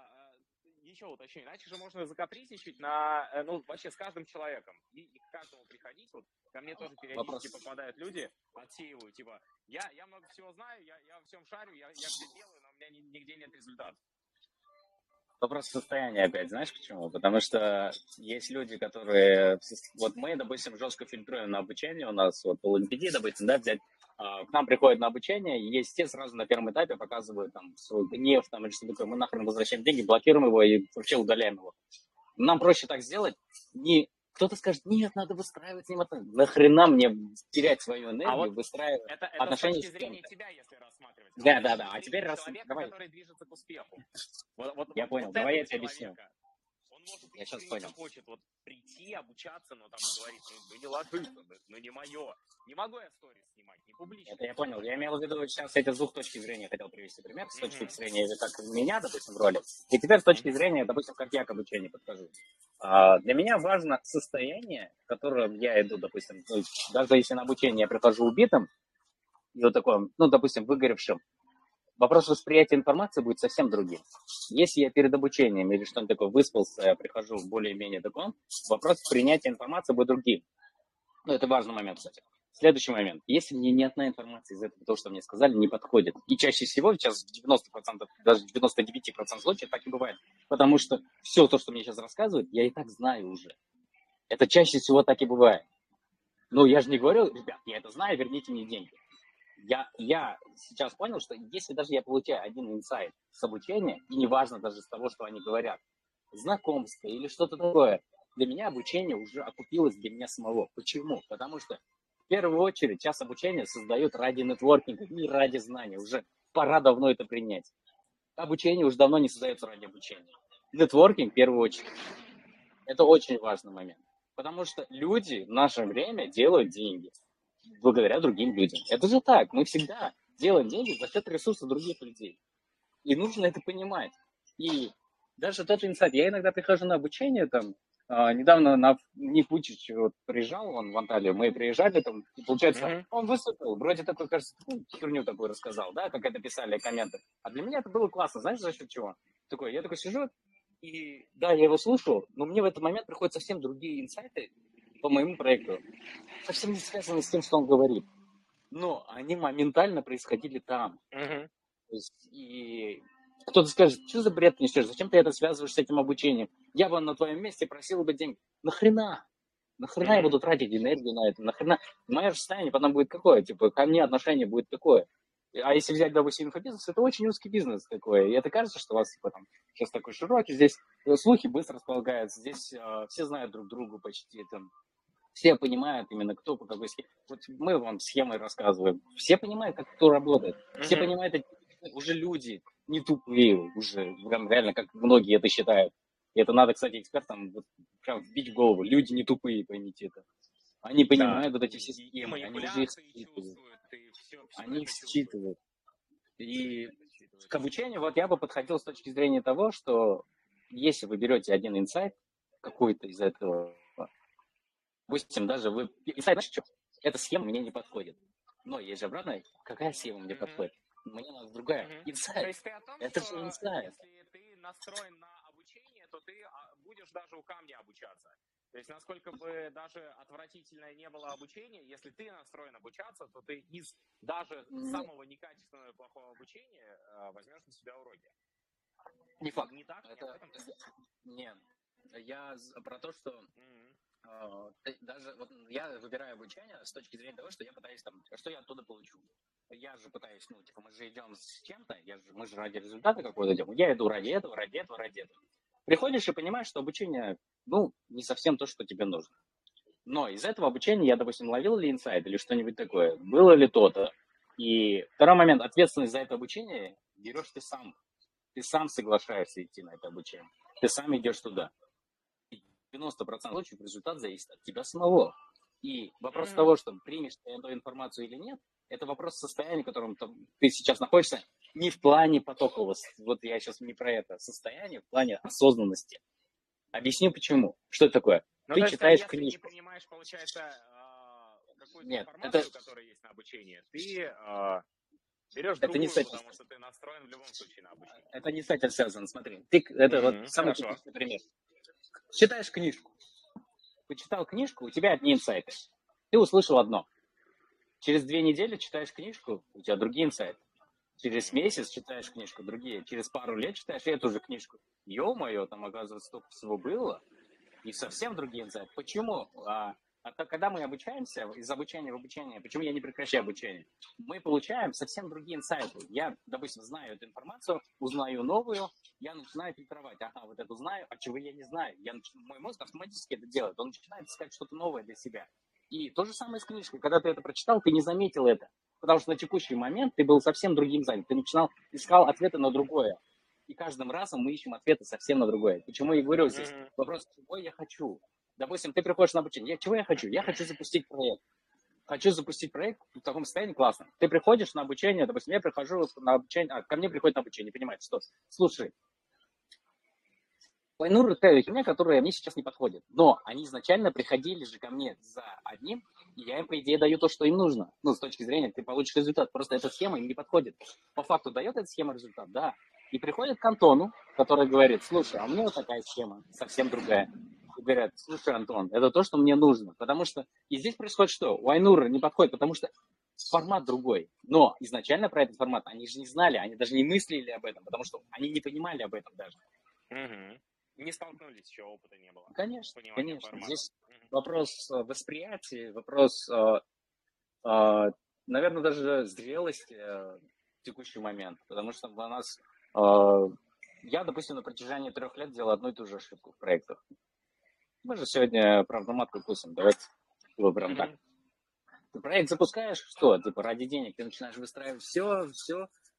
Еще уточню, иначе же можно закапризничать на, вообще с каждым человеком. И к каждому приходить. Вот ко мне тоже периодически попадают люди, отсеивают, я много всего знаю, я во всем шарю, я все делаю, но у меня нигде нет результата. Вопрос состояния опять, знаешь почему? Потому что есть люди, которые... Вот мы, допустим, жестко фильтруем на обучение. У нас по LinkedIn, допустим, взять... К нам приходят на обучение, и есть те сразу на первом этапе показывают свой гнев или что такое. Мы нахрен возвращаем деньги, блокируем его и вообще удаляем его. Нам проще так сделать. Кто-то скажет, нет, надо выстраивать с ним отношения. Нахрена мне терять свою энергию, выстраивать отношения с точки зрения тебя, если рассматривать. Да. А теперь человек, который движется к успеху. Я понял, давай я тебе объясню. Он может быть, что хочет прийти, обучаться, но говорит, не ложится, не мое. Не могу я сторис снимать, не публично. Это я понял. Я имел в виду, сейчас я с двух точки зрения хотел привести пример. С точки зрения, как меня, допустим, в роли. И теперь с точки зрения, допустим, как я к обучению подхожу. Для меня важно состояние, в котором я иду, допустим, даже если на обучение я прихожу убитым, и таком, допустим, выгоревшим, вопрос восприятия информации будет совсем другим. Если я перед обучением или что-нибудь такое выспался, я прихожу в более-менее таком, вопрос принятия информации будет другим. Это важный момент, кстати. Следующий момент. Если мне ни одна информация из этого, то, что мне сказали, не подходит, и чаще всего, сейчас 90%, даже 99% случаев так и бывает, потому что все то, что мне сейчас рассказывают, я и так знаю уже. Это чаще всего так и бывает. Я же не говорю, ребят, я это знаю, верните мне деньги. Я сейчас понял, что если даже я получаю один инсайт с обучения, и неважно даже с того, что они говорят, знакомство или что-то такое, для меня обучение уже окупилось для меня самого. Почему? Потому что в первую очередь час обучения создают ради нетворкинга и ради знания. Уже пора давно это принять. Обучение уже давно не создается ради обучения. Нетворкинг в первую очередь. Это очень важный момент. Потому что люди в наше время делают деньги благодаря другим людям. Это же так. Мы всегда делаем деньги за счет ресурсов других людей. И нужно это понимать. И даже тот инсайт. Я иногда прихожу на обучение, там, недавно на Ник Вучич вот, приезжал, он в Анталию, мы приезжали, там, и получается, он выступил, вроде такой, кажется, херню такую рассказал, да, как это писали комменты. А для меня это было классно, знаешь, за счет чего? Я такой сижу, и да, я его слушал, но мне в этот момент приходят совсем другие инсайты по моему проекту, совсем не связаны с тем, что он говорит. Но они моментально происходили там. То есть, и кто-то скажет, что за бред несешь, зачем ты это связываешь с этим обучением? Я бы на твоем месте просил бы денег. Нахрена? Нахрена я буду тратить энергию на это? Нахрена? Мое состояние потом будет какое? Типа, ко мне отношение будет какое? А если взять, допустим, инфобизнес, это очень узкий бизнес такой. И это кажется, что у вас типа, там, сейчас такой широкий, здесь слухи быстро располагаются, здесь все знают друг другу почти. Там, все понимают именно, кто по какой схеме. Вот мы вам схемы рассказываем. Все понимают, как кто работает. Все понимают, уже люди не тупые, уже прям реально, как многие это считают. И это надо, кстати, экспертам вот, прям вбить в голову. Люди не тупые, поймите это. Они понимают вот эти все схемы, они уже их считывают. Они их считывают. И к обучению вот я бы подходил с точки зрения того, что если вы берете один инсайт, какой-то из этого, допустим, даже вы... Инсайт, знаешь, что? Эта схема мне не подходит. Но есть же обратная, какая схема мне подходит? Мне надо другая. Инсайт. То есть ты о том, это что же инсайт. если ты настроен на обучение, то ты будешь даже у камня обучаться. То есть, насколько бы даже отвратительное не было обучение, если ты настроен обучаться, то ты из даже самого некачественного и плохого обучения возьмешь на себя уроки. Не факт. Не так? Это... Нет. Я про то, что даже вот я выбираю обучение с точки зрения того, что я пытаюсь там, что я оттуда получу. Я же пытаюсь, мы же идем с чем-то, мы же ради результата какого-то идем. Я иду ради этого, ради этого, ради этого. Приходишь и понимаешь, что обучение, не совсем то, что тебе нужно. Но из этого обучения я, допустим, ловил ли инсайт или что-нибудь такое, было ли то-то. И второй момент, ответственность за это обучение берешь ты сам. Ты сам соглашаешься идти на это обучение. Ты сам идешь туда. 90% случаев результат зависит от тебя самого. И вопрос того, что примешь ты эту информацию или нет, это вопрос состояния, в котором ты сейчас находишься, не в плане потокового, вот я сейчас не про это, состояние в плане осознанности. Объясню почему. Что это такое? Ты читаешь если книжку. Ты не принимаешь, получается, какую-то информацию, которая есть на обучение, ты берешь это другую, не потому что ты настроен в любом случае на обучение. Это не с этим связано, смотри. Это вот самый типичный пример. Читаешь книжку. Почитал книжку, у тебя одни инсайты. Ты услышал одно. Через 2 недели читаешь книжку, у тебя другие инсайты. Через месяц читаешь книжку, другие. Через пару лет читаешь эту же книжку. Ё-моё, там, оказывается, столько всего было. И совсем другие инсайты. Почему? Когда мы обучаемся, из обучения в обучение, почему я не прекращаю обучение? Мы получаем совсем другие инсайты. Я, допустим, знаю эту информацию, узнаю новую, я начинаю фильтровать. Ага, вот эту знаю, а чего я не знаю. Мой мозг автоматически это делает. Он начинает искать что-то новое для себя. И то же самое с книжкой. Когда ты это прочитал, ты не заметил это. Потому что на текущий момент ты был совсем другим занят. Ты искал ответы на другое. И каждым разом мы ищем ответы совсем на другое. Почему я говорю здесь? Вопрос, чего я хочу? Допустим, ты приходишь на обучение. Чего я хочу? Я хочу запустить проект. Хочу запустить проект в таком состоянии, классно. Ты приходишь на обучение, допустим, я прихожу на обучение, ко мне приходит на обучение, понимаете, что? Слушай, Айнур такая херня, которая мне сейчас не подходит. Но они изначально приходили же ко мне за одним, и я им, по идее, даю то, что им нужно. С точки зрения, ты получишь результат. Просто эта схема им не подходит. По факту дает эта схема результат, да. И приходит к Антону, который говорит, слушай, а у меня вот такая схема, совсем другая. И говорят, слушай, Антон, это то, что мне нужно. Потому что, и здесь происходит что? У Айнура не подходит, потому что формат другой. Но изначально про этот формат они же не знали, они даже не мыслили об этом, потому что они не понимали об этом даже. Не столкнулись, еще опыта не было. Конечно. Формата. Здесь вопрос восприятия, вопрос, наверное, даже зрелости в текущий момент. Потому что у нас... я, допустим, на протяжении 3 лет делал одну и ту же ошибку в проектах. Мы же сегодня правду матку кусим, давайте выберем так. Ты проект запускаешь, что? Типа ради денег ты начинаешь выстраивать все,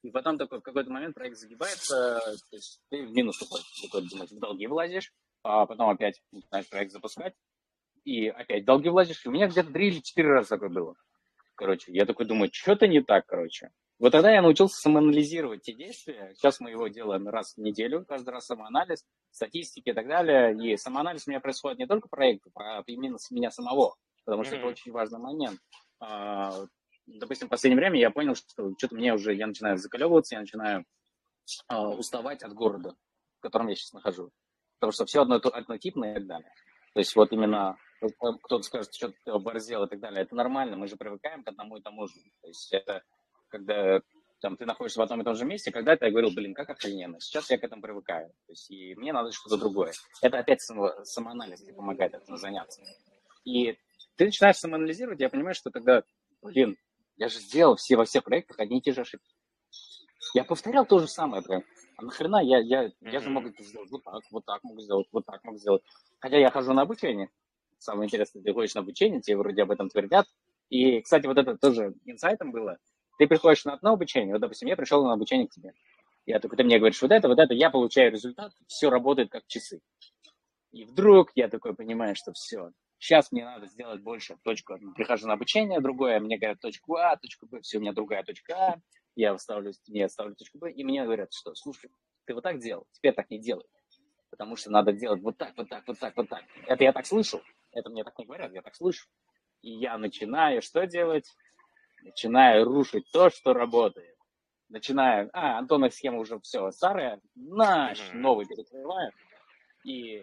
и потом такой в какой-то момент проект загибается, то есть ты в минус уходишь, такой думаешь, в долги влазишь, а потом опять начинаешь проект запускать, и опять в долги влазишь, и у меня где-то 3 или 4 раза такое было. Короче, я такой думаю, что-то не так, короче. Вот тогда я научился самоанализировать те действия. Сейчас мы его делаем раз в неделю, каждый раз самоанализ, статистики и так далее. И самоанализ у меня происходит не только проектов, а именно с меня самого, потому что это очень важный момент. Допустим, в последнее время я понял, что что-то мне уже, я начинаю заколебываться, я начинаю уставать от города, в котором я сейчас нахожусь. Потому что все однотипное и так далее. То есть вот именно кто-то скажет, что ты оборзел и так далее. Это нормально, мы же привыкаем к одному и тому же. То есть это когда там, ты находишься в одном и том же месте, когда-то я говорил, блин, как охрененно. Сейчас я к этому привыкаю. То есть и мне надо что-то другое. Это опять самоанализ тебе помогает этим заняться. И ты начинаешь самоанализировать, я понимаю, что тогда, блин, я же сделал во всех проектах одни и те же ошибки. Я повторял то же самое прям. А нахрена я же мог это сделать вот так могу сделать, вот так могу сделать. Хотя я хожу на обучение. Самое интересное, ты ходишь на обучение, тебе вроде об этом твердят. И, кстати, вот это тоже инсайтом было. Ты приходишь на одно обучение, вот, допустим, я пришел на обучение к тебе. Я такой, ты мне говоришь, вот это, я получаю результат, все работает как часы. И вдруг я такой понимаю, что все, сейчас мне надо сделать больше точку. Прихожу на обучение, другое, мне говорят точку А, точку Б, все, у меня другая точка А. Я ставлю точку Б, и мне говорят, что, слушай, ты вот так делал, теперь так не делай. Потому что надо делать вот так, вот так, вот так, вот так. Это я так слышу, это мне так не говорят, я так слышу. И я начинаю что делать? Начинаю рушить то, что работает. Начинаю, Антонов схема уже все старая, новый перекрываю. И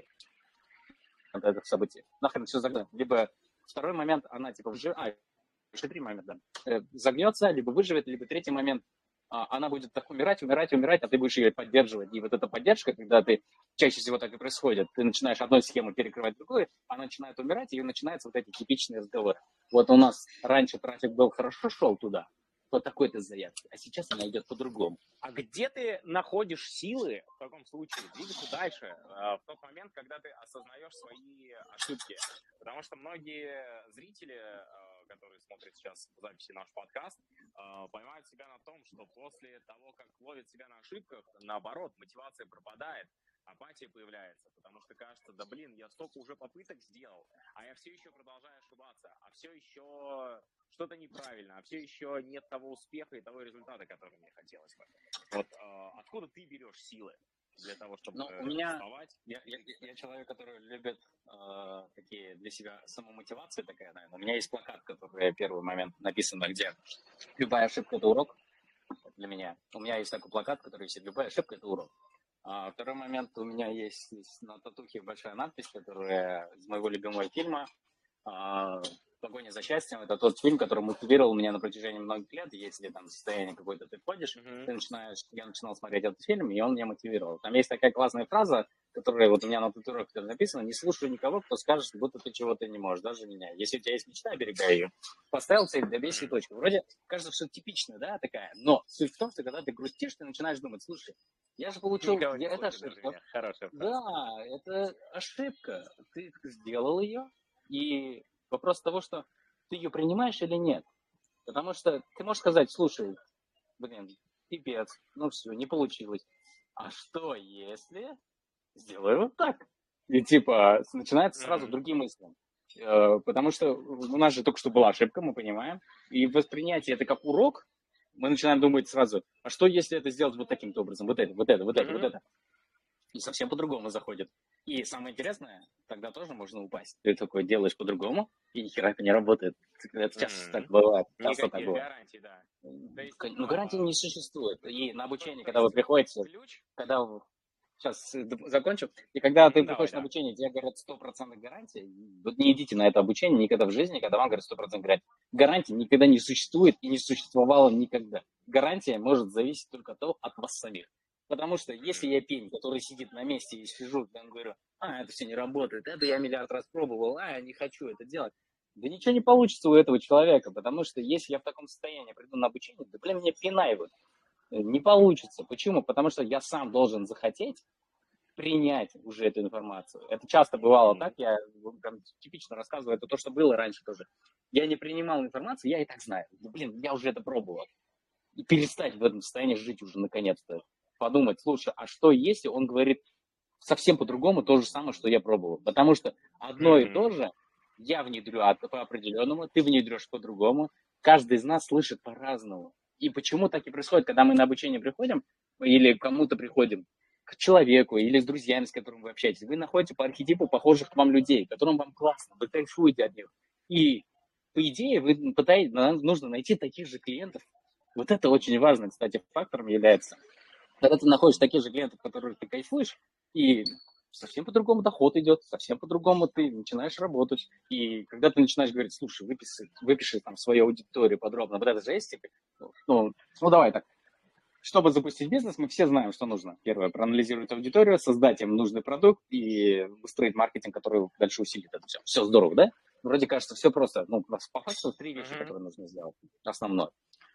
это событие. Нахрен все загнет. Либо второй момент, она типа еще 3 момента. Загнется, либо выживет, либо третий момент, она будет так умирать, а ты будешь ее поддерживать. И вот эта поддержка, когда ты, чаще всего так и происходит, ты начинаешь одной схему перекрывать другой, она начинает умирать, и начинаются вот эти типичные разговоры. Вот у нас раньше трафик был хорошо шел туда, по такой-то заявке, а сейчас она идет по-другому. А где ты находишь силы в таком случае двигаться дальше, в тот момент, когда ты осознаешь свои ошибки? Потому что многие зрители, которые смотрят сейчас в записи наш подкаст, поймают себя на том, что после того, как ловят себя на ошибках, наоборот, мотивация пропадает, апатия появляется, потому что кажется, да блин, я столько уже попыток сделал, а я все еще продолжаю ошибаться, а все еще что-то неправильно, а все еще нет того успеха и того результата, который мне хотелось бы. Вот откуда ты берешь силы для того, чтобы у меня, вставать? Я человек, который любит такие для себя самомотивации такая, наверное. У меня есть плакат, который первый момент написано, где любая ошибка – это урок для меня. У меня есть такой плакат, который висит, любая ошибка – это урок. Второй момент, у меня есть на татухе большая надпись, которая из моего любимого фильма «Погоня за счастьем». Это тот фильм, который мотивировал меня на протяжении многих лет. Если там состояние какое-то ты входишь, я начинал смотреть этот фильм, и он меня мотивировал. Там есть такая классная фраза, которая вот у меня на татуировке написана: не слушай никого, кто скажет, будто ты чего-то не можешь, даже меня. Если у тебя есть мечта, оберегай ее. Поставил цель, добейся точку. Вроде кажется, что типично, да, такая, но суть в том, что когда ты грустишь, ты начинаешь думать, слушай, я же получил, это ошибка. Да, это ошибка. Ты сделал ее, и вопрос того, что ты ее принимаешь или нет. Потому что ты можешь сказать, слушай, блин, пипец, ну все, не получилось. А что если сделаю вот так? И типа начинается сразу другие мысли. Потому что у нас же только что была ошибка, мы понимаем. И воспринятие это как урок. Мы начинаем думать сразу, а что если это сделать вот таким-то образом? Вот это. И совсем по-другому заходит. И самое интересное, тогда тоже можно упасть. Ты такой делаешь по-другому, и ни хера это не работает. Это часто так бывает. Никаких гарантий, да. Ну, гарантий не существует. И на обучение, когда вы приходите, сейчас закончу. И когда ты приходишь на обучение, тебе говорят 100% гарантия. Вот не идите на это обучение никогда в жизни, когда вам говорят 100% гарантия. Гарантии никогда не существует и не существовало никогда. Гарантия может зависеть только от вас самих. Потому что если я пень, который сидит на месте и сижу, там говорю, это все не работает, это я миллиард раз пробовал, я не хочу это делать. Да ничего не получится у этого человека, потому что если я в таком состоянии приду на обучение, да блин, мне пинай вот. Не получится. Почему? Потому что я сам должен захотеть принять уже эту информацию. Это часто бывало так, я прям типично рассказываю, это то, что было раньше тоже. Я не принимал информацию, я и так знаю. Да, блин, я уже это пробовал. и перестать в этом состоянии жить уже наконец-то. Подумать, слушай, а что если он говорит совсем по-другому то же самое, что я пробовал? Потому что одно и то же я внедрю по определенному, ты внедрешь по-другому. Каждый из нас слышит по-разному. И почему так и происходит, когда мы на обучение приходим или к кому-то приходим, к человеку или с друзьями, с которыми вы общаетесь, вы находите по архетипу похожих к вам людей, которым вам классно, вы кайфуете от них. И по идее вы пытаетесь, нужно найти таких же клиентов. Вот это очень важным, кстати, фактором является. Когда ты находишь таких же клиентов, которых ты кайфуешь, и совсем по-другому доход идет, совсем по-другому ты начинаешь работать. И когда ты начинаешь говорить, слушай, выпиши там свою аудиторию подробно, вот это жесть, ну давай так. Чтобы запустить бизнес, мы все знаем, что нужно. Первое, проанализировать аудиторию, создать им нужный продукт и выстроить маркетинг, который дальше усилит это все. Все здорово, да? Вроде кажется, все просто. Ну, по факту 3 вещи, которые нужно сделать. Основное.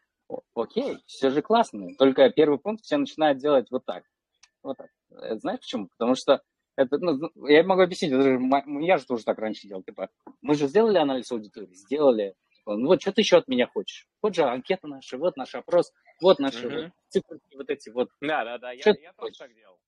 Окей, все же классно. Только первый пункт все начинают делать вот так. Вот так. Знаешь почему? Потому что это, я могу объяснить, я же тоже так раньше делал. Типа, мы же сделали анализ аудитории, сделали. Ну вот, что ты еще от меня хочешь? Вот же анкета наша, вот наш опрос, вот наши вот циферки, вот эти вот. Да, Что я тоже так делал.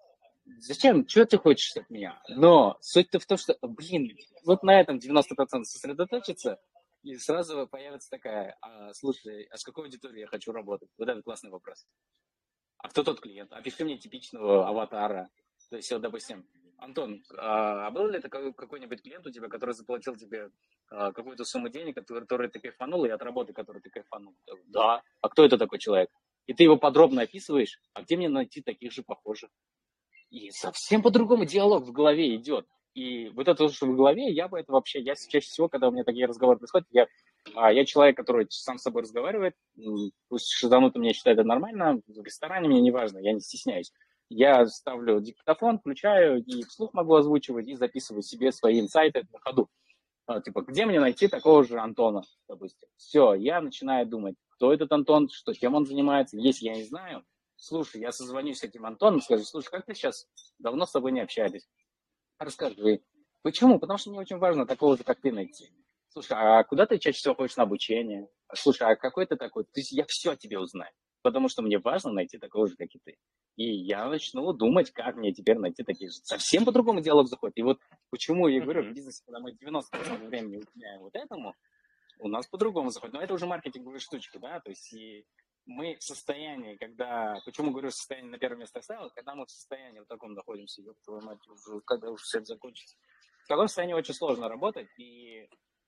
Зачем? Что ты хочешь от меня? Но суть-то в том, что, вот на этом 90% сосредоточиться, и сразу появится такая, слушай, а с какой аудиторией я хочу работать? Вот это классный вопрос. А кто тот клиент? Опиши мне типичного аватара. То есть, вот, допустим, Антон, а был ли такой какой-нибудь клиент у тебя, который заплатил тебе какую-то сумму денег, которую ты кайфанул, и от работы, которую ты кайфанул? Да. А кто это такой человек? И ты его подробно описываешь, а где мне найти таких же похожих? И совсем по-другому диалог в голове идет. И вот это, что в голове, я чаще всего, когда у меня такие разговоры происходят, я человек, который сам с собой разговаривает, пусть шизанутый меня считает это нормально, в ресторане мне не важно, я не стесняюсь. Я ставлю диктофон, включаю, и вслух могу озвучивать, и записываю себе свои инсайты на ходу. Типа, где мне найти такого же Антона, допустим? Все, я начинаю думать, кто этот Антон, чем он занимается. Если я не знаю, слушай, я созвонюсь с этим Антоном, скажу, слушай, как ты сейчас? Давно с тобой не общались. Расскажи. Почему? Потому что мне очень важно такого же, как ты, найти. Слушай, а куда ты чаще всего ходишь на обучение? Слушай, а какой ты такой? То есть я все о тебе узнаю, потому что мне важно найти такого же, как и ты. И я начну думать, как мне теперь найти таких же. Совсем по-другому диалог заходит. И вот почему я говорю, в бизнесе, когда мы 90% времени уделяем вот этому, у нас по-другому заходит. Но это уже маркетинговые штучки, да, то есть и мы в состоянии, почему говорю, состояние на первое место ставил, когда мы в состоянии вот таком находимся, ёб твою мать, когда уже все это закончится, в таком состоянии очень сложно работать, и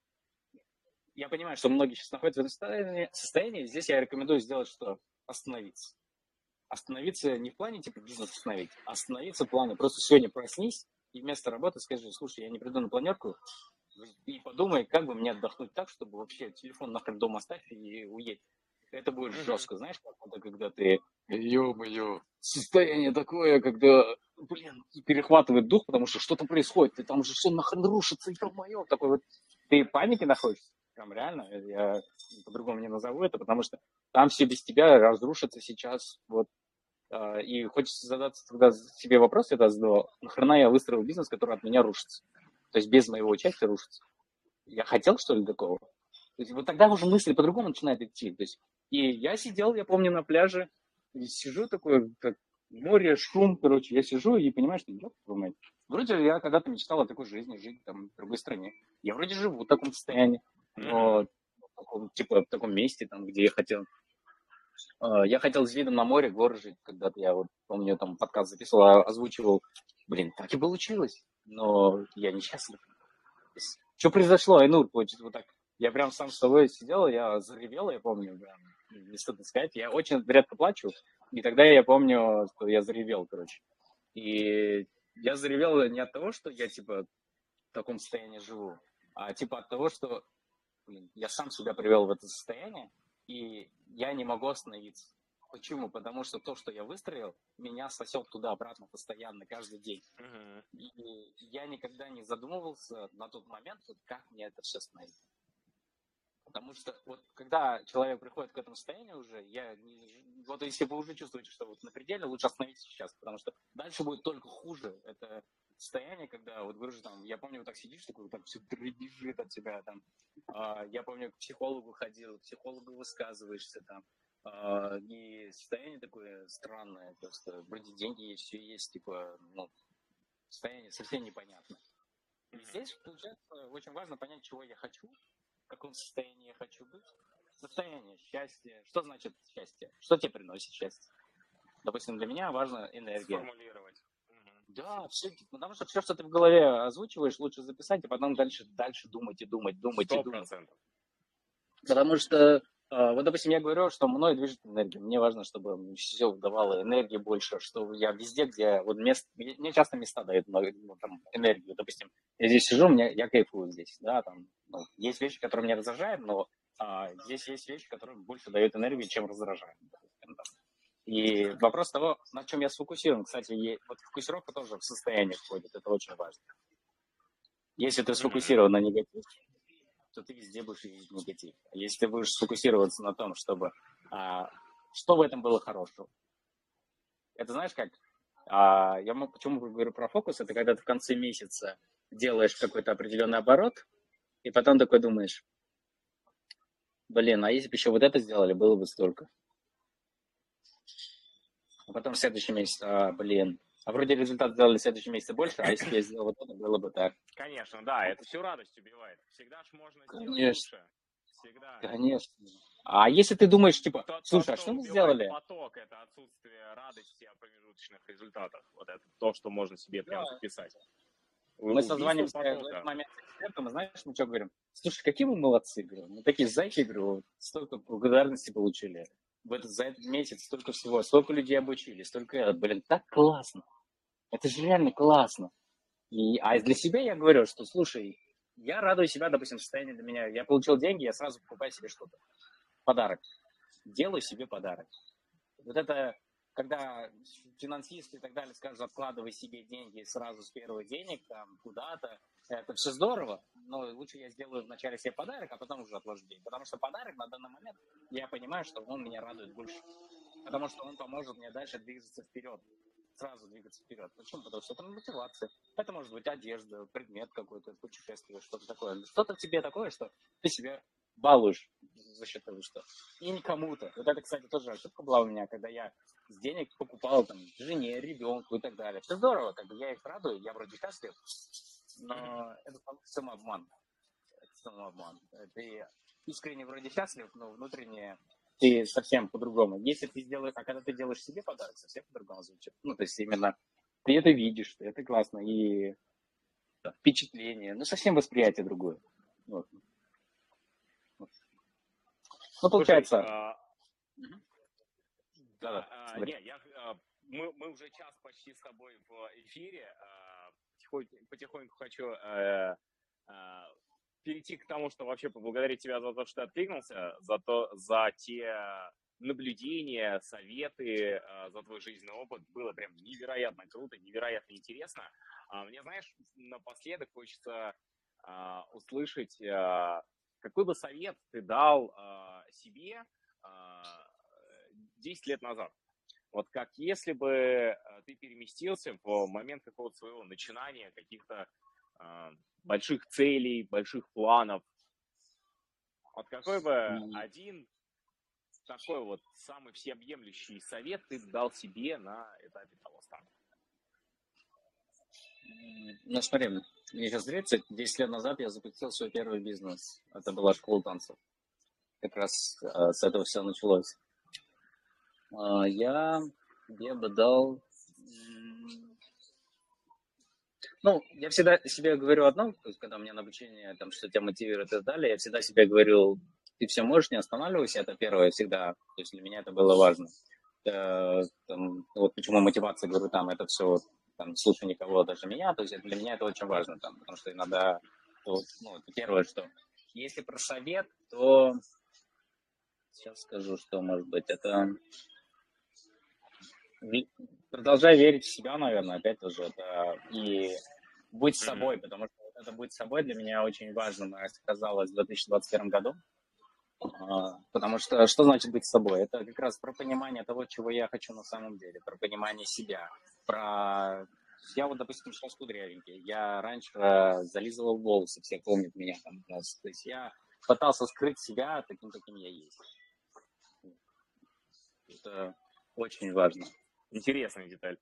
я понимаю, что многие сейчас находятся в этом состоянии, здесь я рекомендую сделать что? Остановиться. Остановиться не в плане типа бизнес остановить, а остановиться в плане просто сегодня проснись и вместо работы скажи, слушай, я не приду на планерку, и подумай, как бы мне отдохнуть так, чтобы вообще телефон нахрен дома оставь и уедь. Это будет жестко, знаешь, когда ты, ё-моё, состояние такое, когда, перехватывает дух, потому что что-то происходит, и там же все нахрен рушится, ё-моё, такой вот, ты в панике находишься, прям реально, я по-другому не назову это, потому что там все без тебя разрушится сейчас, вот, и хочется задать тогда себе вопрос, я задал, нахрена я выстроил бизнес, который от меня рушится, то есть без моего участия рушится. Я хотел, что ли, такого? То есть вот тогда уже мысли по-другому начинают идти. То есть, и я сидел, я помню, на пляже, и сижу такой, как море, шум, короче, я сижу и понимаю, что вроде я когда-то мечтал о такой жизни, жить там в другой стране. Я вроде живу в таком состоянии, но типа в таком месте, там, где я хотел. Я хотел с видом на море, горы жить, когда-то я вот помню, там подкаст записывал, озвучивал. Так и получилось, но я несчастлив. Что произошло, Айнур, получится вот так. Я прям сам с собой сидел, я заревел, я помню, прям, не стыдно сказать. Я очень редко плачу, и тогда я помню, что я заревел, короче. И я заревел не от того, что я, типа, в таком состоянии живу, а, типа, от того, что, я сам себя привел в это состояние, и я не могу остановиться. Почему? Потому что то, что я выстроил, меня сосет туда-обратно постоянно, каждый день. И я никогда не задумывался на тот момент, как мне это все остановить. Потому что вот когда человек приходит к этому состоянию уже, вот если вы уже чувствуете, что вот на пределе, лучше остановиться сейчас, потому что дальше будет только хуже. Это состояние, когда вот вы же там, я помню, вот так сидишь, такой, там все дребезжит от тебя, там, я помню, к психологу ходил, к психологу высказываешься, там, И состояние такое странное, просто вроде деньги есть, все есть, типа, ну, состояние совсем непонятно. И здесь, получается, очень важно понять, чего я хочу, в каком состоянии я хочу быть. Состояние счастья. Что значит счастье? Что тебе приносит счастье? Допустим, для меня важна энергия. Сформулировать. Да, все, потому что все, что ты в голове озвучиваешь, лучше записать, и потом дальше думать и думать, думать и думать. 100%. Потому что, вот, допустим, я говорю, что мной движет энергия. Мне важно, чтобы все давало энергии больше, что я везде, где вот мне часто места дают там, энергию. Допустим, я здесь сижу, я кайфую здесь, да, там, ну, есть вещи, которые меня раздражают, но здесь есть вещи, которые больше дают энергию, чем раздражают. Допустим, да. И вопрос того, на чем я сфокусирован. Кстати, вот фокусировка тоже в состояние входит, это очень важно. Если ты сфокусирован на негативе, то ты везде будешь видеть негатив. А если ты будешь сфокусироваться на том, чтобы что в этом было хорошего. Это знаешь как? Почему говорю про фокус? Это когда ты в конце месяца делаешь какой-то определенный оборот, и потом такой думаешь, блин, а если бы еще вот это сделали, было бы столько. А потом в следующий месяц, блин, а вроде результат сделали в следующем месяце больше, а если бы я сделал вот это, было бы так. Конечно, да, это всю радость убивает. Всегда ж можно сделать лучше. Всегда. Конечно. А если ты думаешь, типа, слушай, а что мы сделали? Поток — это отсутствие радости о промежуточных результатах. Вот это то, что можно себе прям записать. Мы созваниваемся в этот момент с экспертом, и знаешь, мы что говорим? Слушай, какие мы молодцы, говорю. Мы такие зайки, говорю, столько благодарности получили. За этот месяц столько всего, столько людей обучили, столько, блин, так классно. Это же реально классно. А для себя я говорю, что, слушай, я радую себя, допустим, состояние для меня. Я получил деньги, я сразу покупаю себе что-то. Подарок. Делаю себе подарок. Вот это, когда финансисты и так далее скажут, откладывай себе деньги сразу с первых денег, там, куда-то, это все здорово, но лучше я сделаю вначале себе подарок, а потом уже отложу деньги. Потому что подарок на данный момент, я понимаю, что он меня радует больше. Потому что он поможет мне дальше двигаться вперед. Сразу двигаться вперед. Почему? Потому что это мотивация. Это может быть одежда, предмет какой-то, путешествие, что-то такое. Что-то в тебе такое, что ты себя балуешь за счет того, что и не кому-то. Вот это, кстати, тоже ошибка была у меня, когда я с денег покупал там жене, ребенку и так далее. Все здорово, как бы я их радую, я вроде счастлив, но это самообман. Это самообман. Ты искренне вроде счастлив, но внутренне ты совсем по-другому. Если ты сделаешь, а когда ты делаешь себе подарок, совсем по-другому звучит. Ну, то есть именно ты это видишь, это классно, и впечатление, ну, совсем восприятие другое. Вот. Ну, получается... Мы уже час почти с тобой в эфире. Потихоньку хочу перейти к тому, что вообще поблагодарить тебя за то, что ты откликнулся, за те наблюдения, советы, за твой жизненный опыт. Было прям невероятно круто, невероятно интересно. Мне, знаешь, напоследок хочется услышать, какой бы совет ты дал себе 10 лет назад. Вот как если бы ты переместился в момент какого-то своего начинания, каких-то больших целей, больших планов. Вот какой бы один такой вот самый всеобъемлющий совет ты дал себе на этапе того старта? Ну, смотри, мне сейчас 30, 10 лет назад я запустил свой первый бизнес. Это была школа танцев. Как раз с этого все началось. Я бы дал... Ну, я всегда себе говорю одно, то есть, когда у меня на обучение, там, что тебя мотивирует и так далее, я всегда себе говорю, ты все можешь, не останавливайся, это первое всегда. То есть для меня это было важно. Вот почему мотивация, говорю, там, это все, там, слушай никого, даже меня, то есть для меня это очень важно, там, потому что иногда, это первое, что... Если про совет, то сейчас скажу, что, может быть, это... Продолжай верить в себя, наверное, опять же, это и быть собой, потому что это быть собой для меня очень важно, оказалось в 2021 году. Потому что значит быть собой? Это как раз про понимание того, чего я хочу на самом деле, про понимание себя, Я вот, допустим, сейчас кудрявенький. Я раньше зализывал волосы, все помнят меня там. То есть я пытался скрыть себя таким, каким я есть. Это очень важно. Интересная деталь.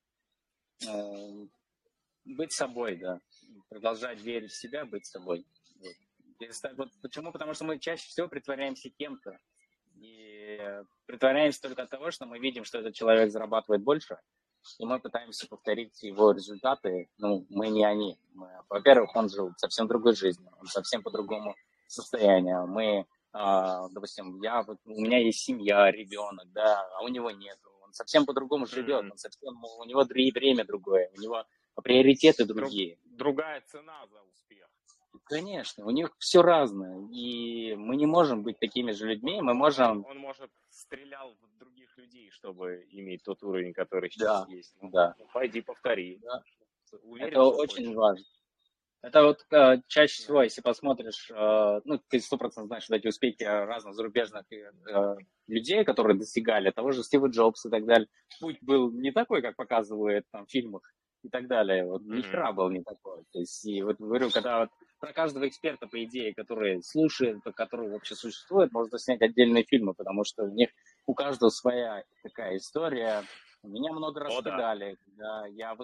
Быть собой, да. Продолжать верить в себя, быть собой. Вот. Вот почему? Потому что мы чаще всего притворяемся кем-то. И притворяемся только от того, что мы видим, что этот человек зарабатывает больше, и мы пытаемся повторить его результаты. Ну, мы не они. Во-первых, он жил совсем другой жизнью, он совсем по-другому состоянию. Допустим, у меня есть семья, ребенок, да, а у него нет. Он совсем по-другому живет, у него время другое, у него приоритеты другие. Другая цена за успех. Конечно, у них все разное, и мы не можем быть такими же людьми, мы можем... Он, может, стрелял в других людей, чтобы иметь тот уровень, который сейчас есть. Да. Пойди повтори. Да. Уверен, это очень важно. Это вот чаще всего, если посмотришь, ты 100% знаешь вот эти успехи разных зарубежных людей, которые достигали того же Стива Джобса и так далее. Путь был не такой, как показывают там в фильмах и так далее. Вот ни хера был не такой. То есть, и вот говорю, когда вот про каждого эксперта, по идее, который слушает, который вообще существует, можно снять отдельные фильмы, потому что у каждого своя такая история. Меня много раз кидали, когда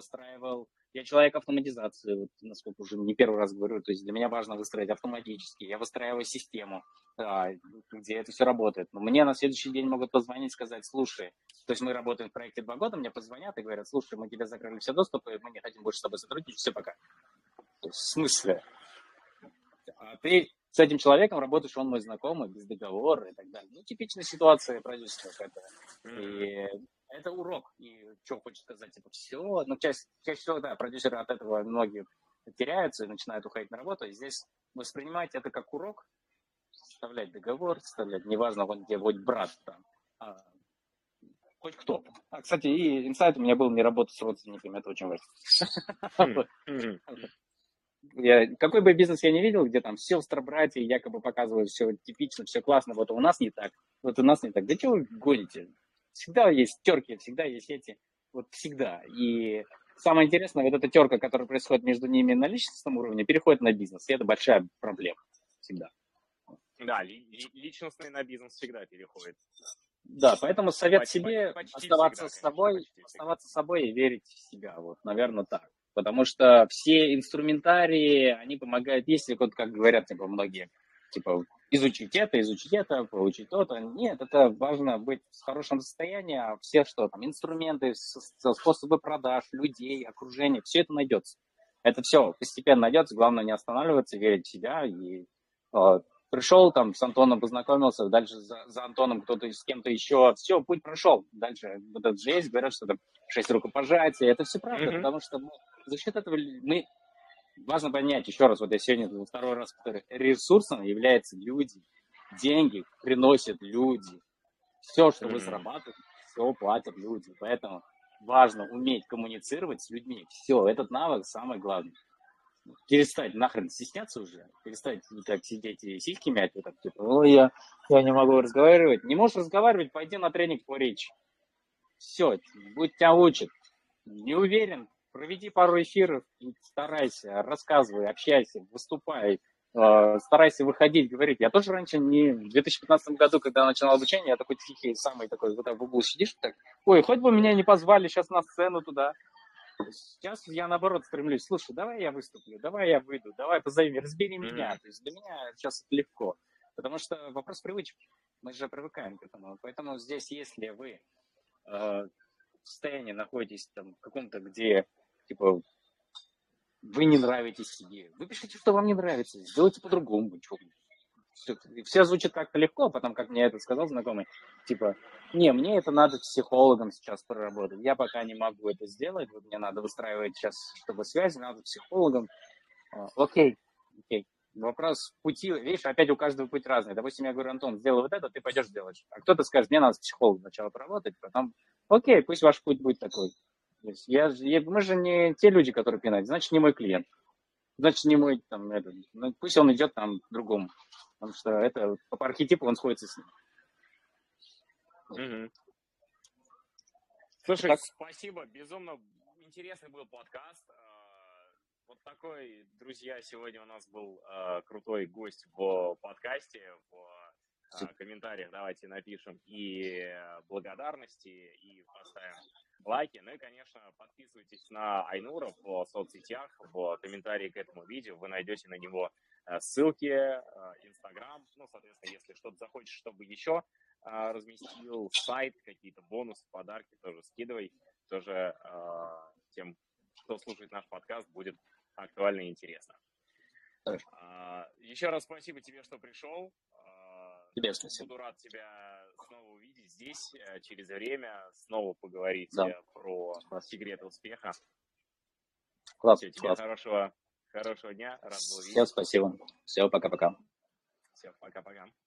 я человек автоматизации, вот, насколько уже не первый раз говорю, то есть для меня важно выстроить автоматически, я выстраиваю систему, где это все работает. Но мне на следующий день могут позвонить и сказать, слушай, то есть мы работаем в проекте 2 года, мне позвонят и говорят, слушай, мы тебе закрыли все доступы, мы не хотим больше с тобой сотрудничать, все, пока. То есть, в смысле? А ты с этим человеком работаешь, он мой знакомый, без договора и так далее. Ну, типичная ситуация продюсеров это. И это урок. И что хочешь сказать, все. Ну, чаще всего, да, продюсеры от этого многие теряются и начинают уходить на работу. И здесь воспринимать это как урок, составлять договор, неважно, он где будет брат там, хоть кто. Кстати, и инсайт у меня был не работать с родственниками, это очень важно. Какой бы бизнес я не видел, где там сестры, братья якобы показывают все типично, все классно, вот у нас не так, вот у нас не так. Да чего вы гоните? Всегда есть терки, всегда есть эти, вот всегда. И самое интересное, вот эта терка, которая происходит между ними на личностном уровне, переходит на бизнес, и это большая проблема всегда. Да, личностный на бизнес всегда переходит. Да, поэтому совет себе оставаться собой и верить в себя, вот, наверное, так. Потому что все инструментарии, они помогают, если, вот как говорят, многие, изучить это, получить то-то. Нет, это важно быть в хорошем состоянии, а все что там, инструменты, способы продаж, людей, окружение, все это найдется. Это все постепенно найдется, главное не останавливаться, верить в себя и пришел там с Антоном, познакомился, дальше за Антоном кто-то с кем-то еще, все, путь прошел. Дальше вот это здесь говорят, что там 6 рукопожатий, это все правда, потому что за счет этого важно понять, еще раз, вот я сегодня второй раз повторю, ресурсом являются люди, деньги приносят люди, все, что вы зарабатываете, все платят люди, поэтому важно уметь коммуницировать с людьми, все, этот навык самый главный. Перестать нахрен стесняться уже, перестать как сидеть и сиськи мять, вот так, я не могу разговаривать. Не можешь разговаривать, пойди на тренинг по речи. Все, будь тебя учит. Не уверен, проведи пару эфиров, старайся, рассказывай, общайся, выступай, старайся выходить, говорить. Я тоже раньше в 2015 году, когда начинал обучение, я такой тихий, самый такой, вот так в углу сидишь, так, ой, хоть бы меня не позвали сейчас на сцену туда. Сейчас я, наоборот, стремлюсь, слушай, давай я выступлю, давай я выйду, давай позови, разбери меня. То есть для меня сейчас это легко, потому что вопрос привычки. Мы же привыкаем к этому. Поэтому здесь, если вы в состоянии находитесь там в каком-то, где, вы не нравитесь себе, вы пишите, что вам не нравится, сделайте по-другому. Все звучит как-то легко, а потом, как мне это сказал знакомый, мне это надо психологом сейчас проработать. Я пока не могу это сделать, вот мне надо выстраивать сейчас, чтобы связь, надо психологом. Окей. Вопрос пути, видишь, опять у каждого путь разный. Допустим, я говорю, Антон, сделай вот это, ты пойдешь делать. А кто-то скажет, мне надо с психологом сначала поработать, потом, окей, пусть ваш путь будет такой. То есть мы же не те люди, которые пинают, значит, не мой клиент. Значит, не мой, пусть он идет там к другому. Потому что это по архетипу он сходится с ним. Слушай, спасибо, безумно интересный был подкаст. Вот такой, друзья, сегодня у нас был крутой гость в подкасте, в комментариях давайте напишем и благодарности, и поставим лайки. Ну и, конечно, подписывайтесь на Айнура в соцсетях, в комментарии к этому видео. Вы найдете на него ссылки, Инстаграм. Ну, соответственно, если что-то захочешь, чтобы еще разместил, сайт, какие-то бонусы, подарки, тоже скидывай. Тоже тем, кто слушает наш подкаст, будет актуально и интересно. Хорошо. Еще раз спасибо тебе, что пришел. Тебе спасибо. Буду рад тебя снова увидеть здесь через время, снова поговорить про секреты успеха. Класс, Все, тебе хорошего дня, рад был видеть. Всем спасибо. Все, пока-пока. Все, пока-пока.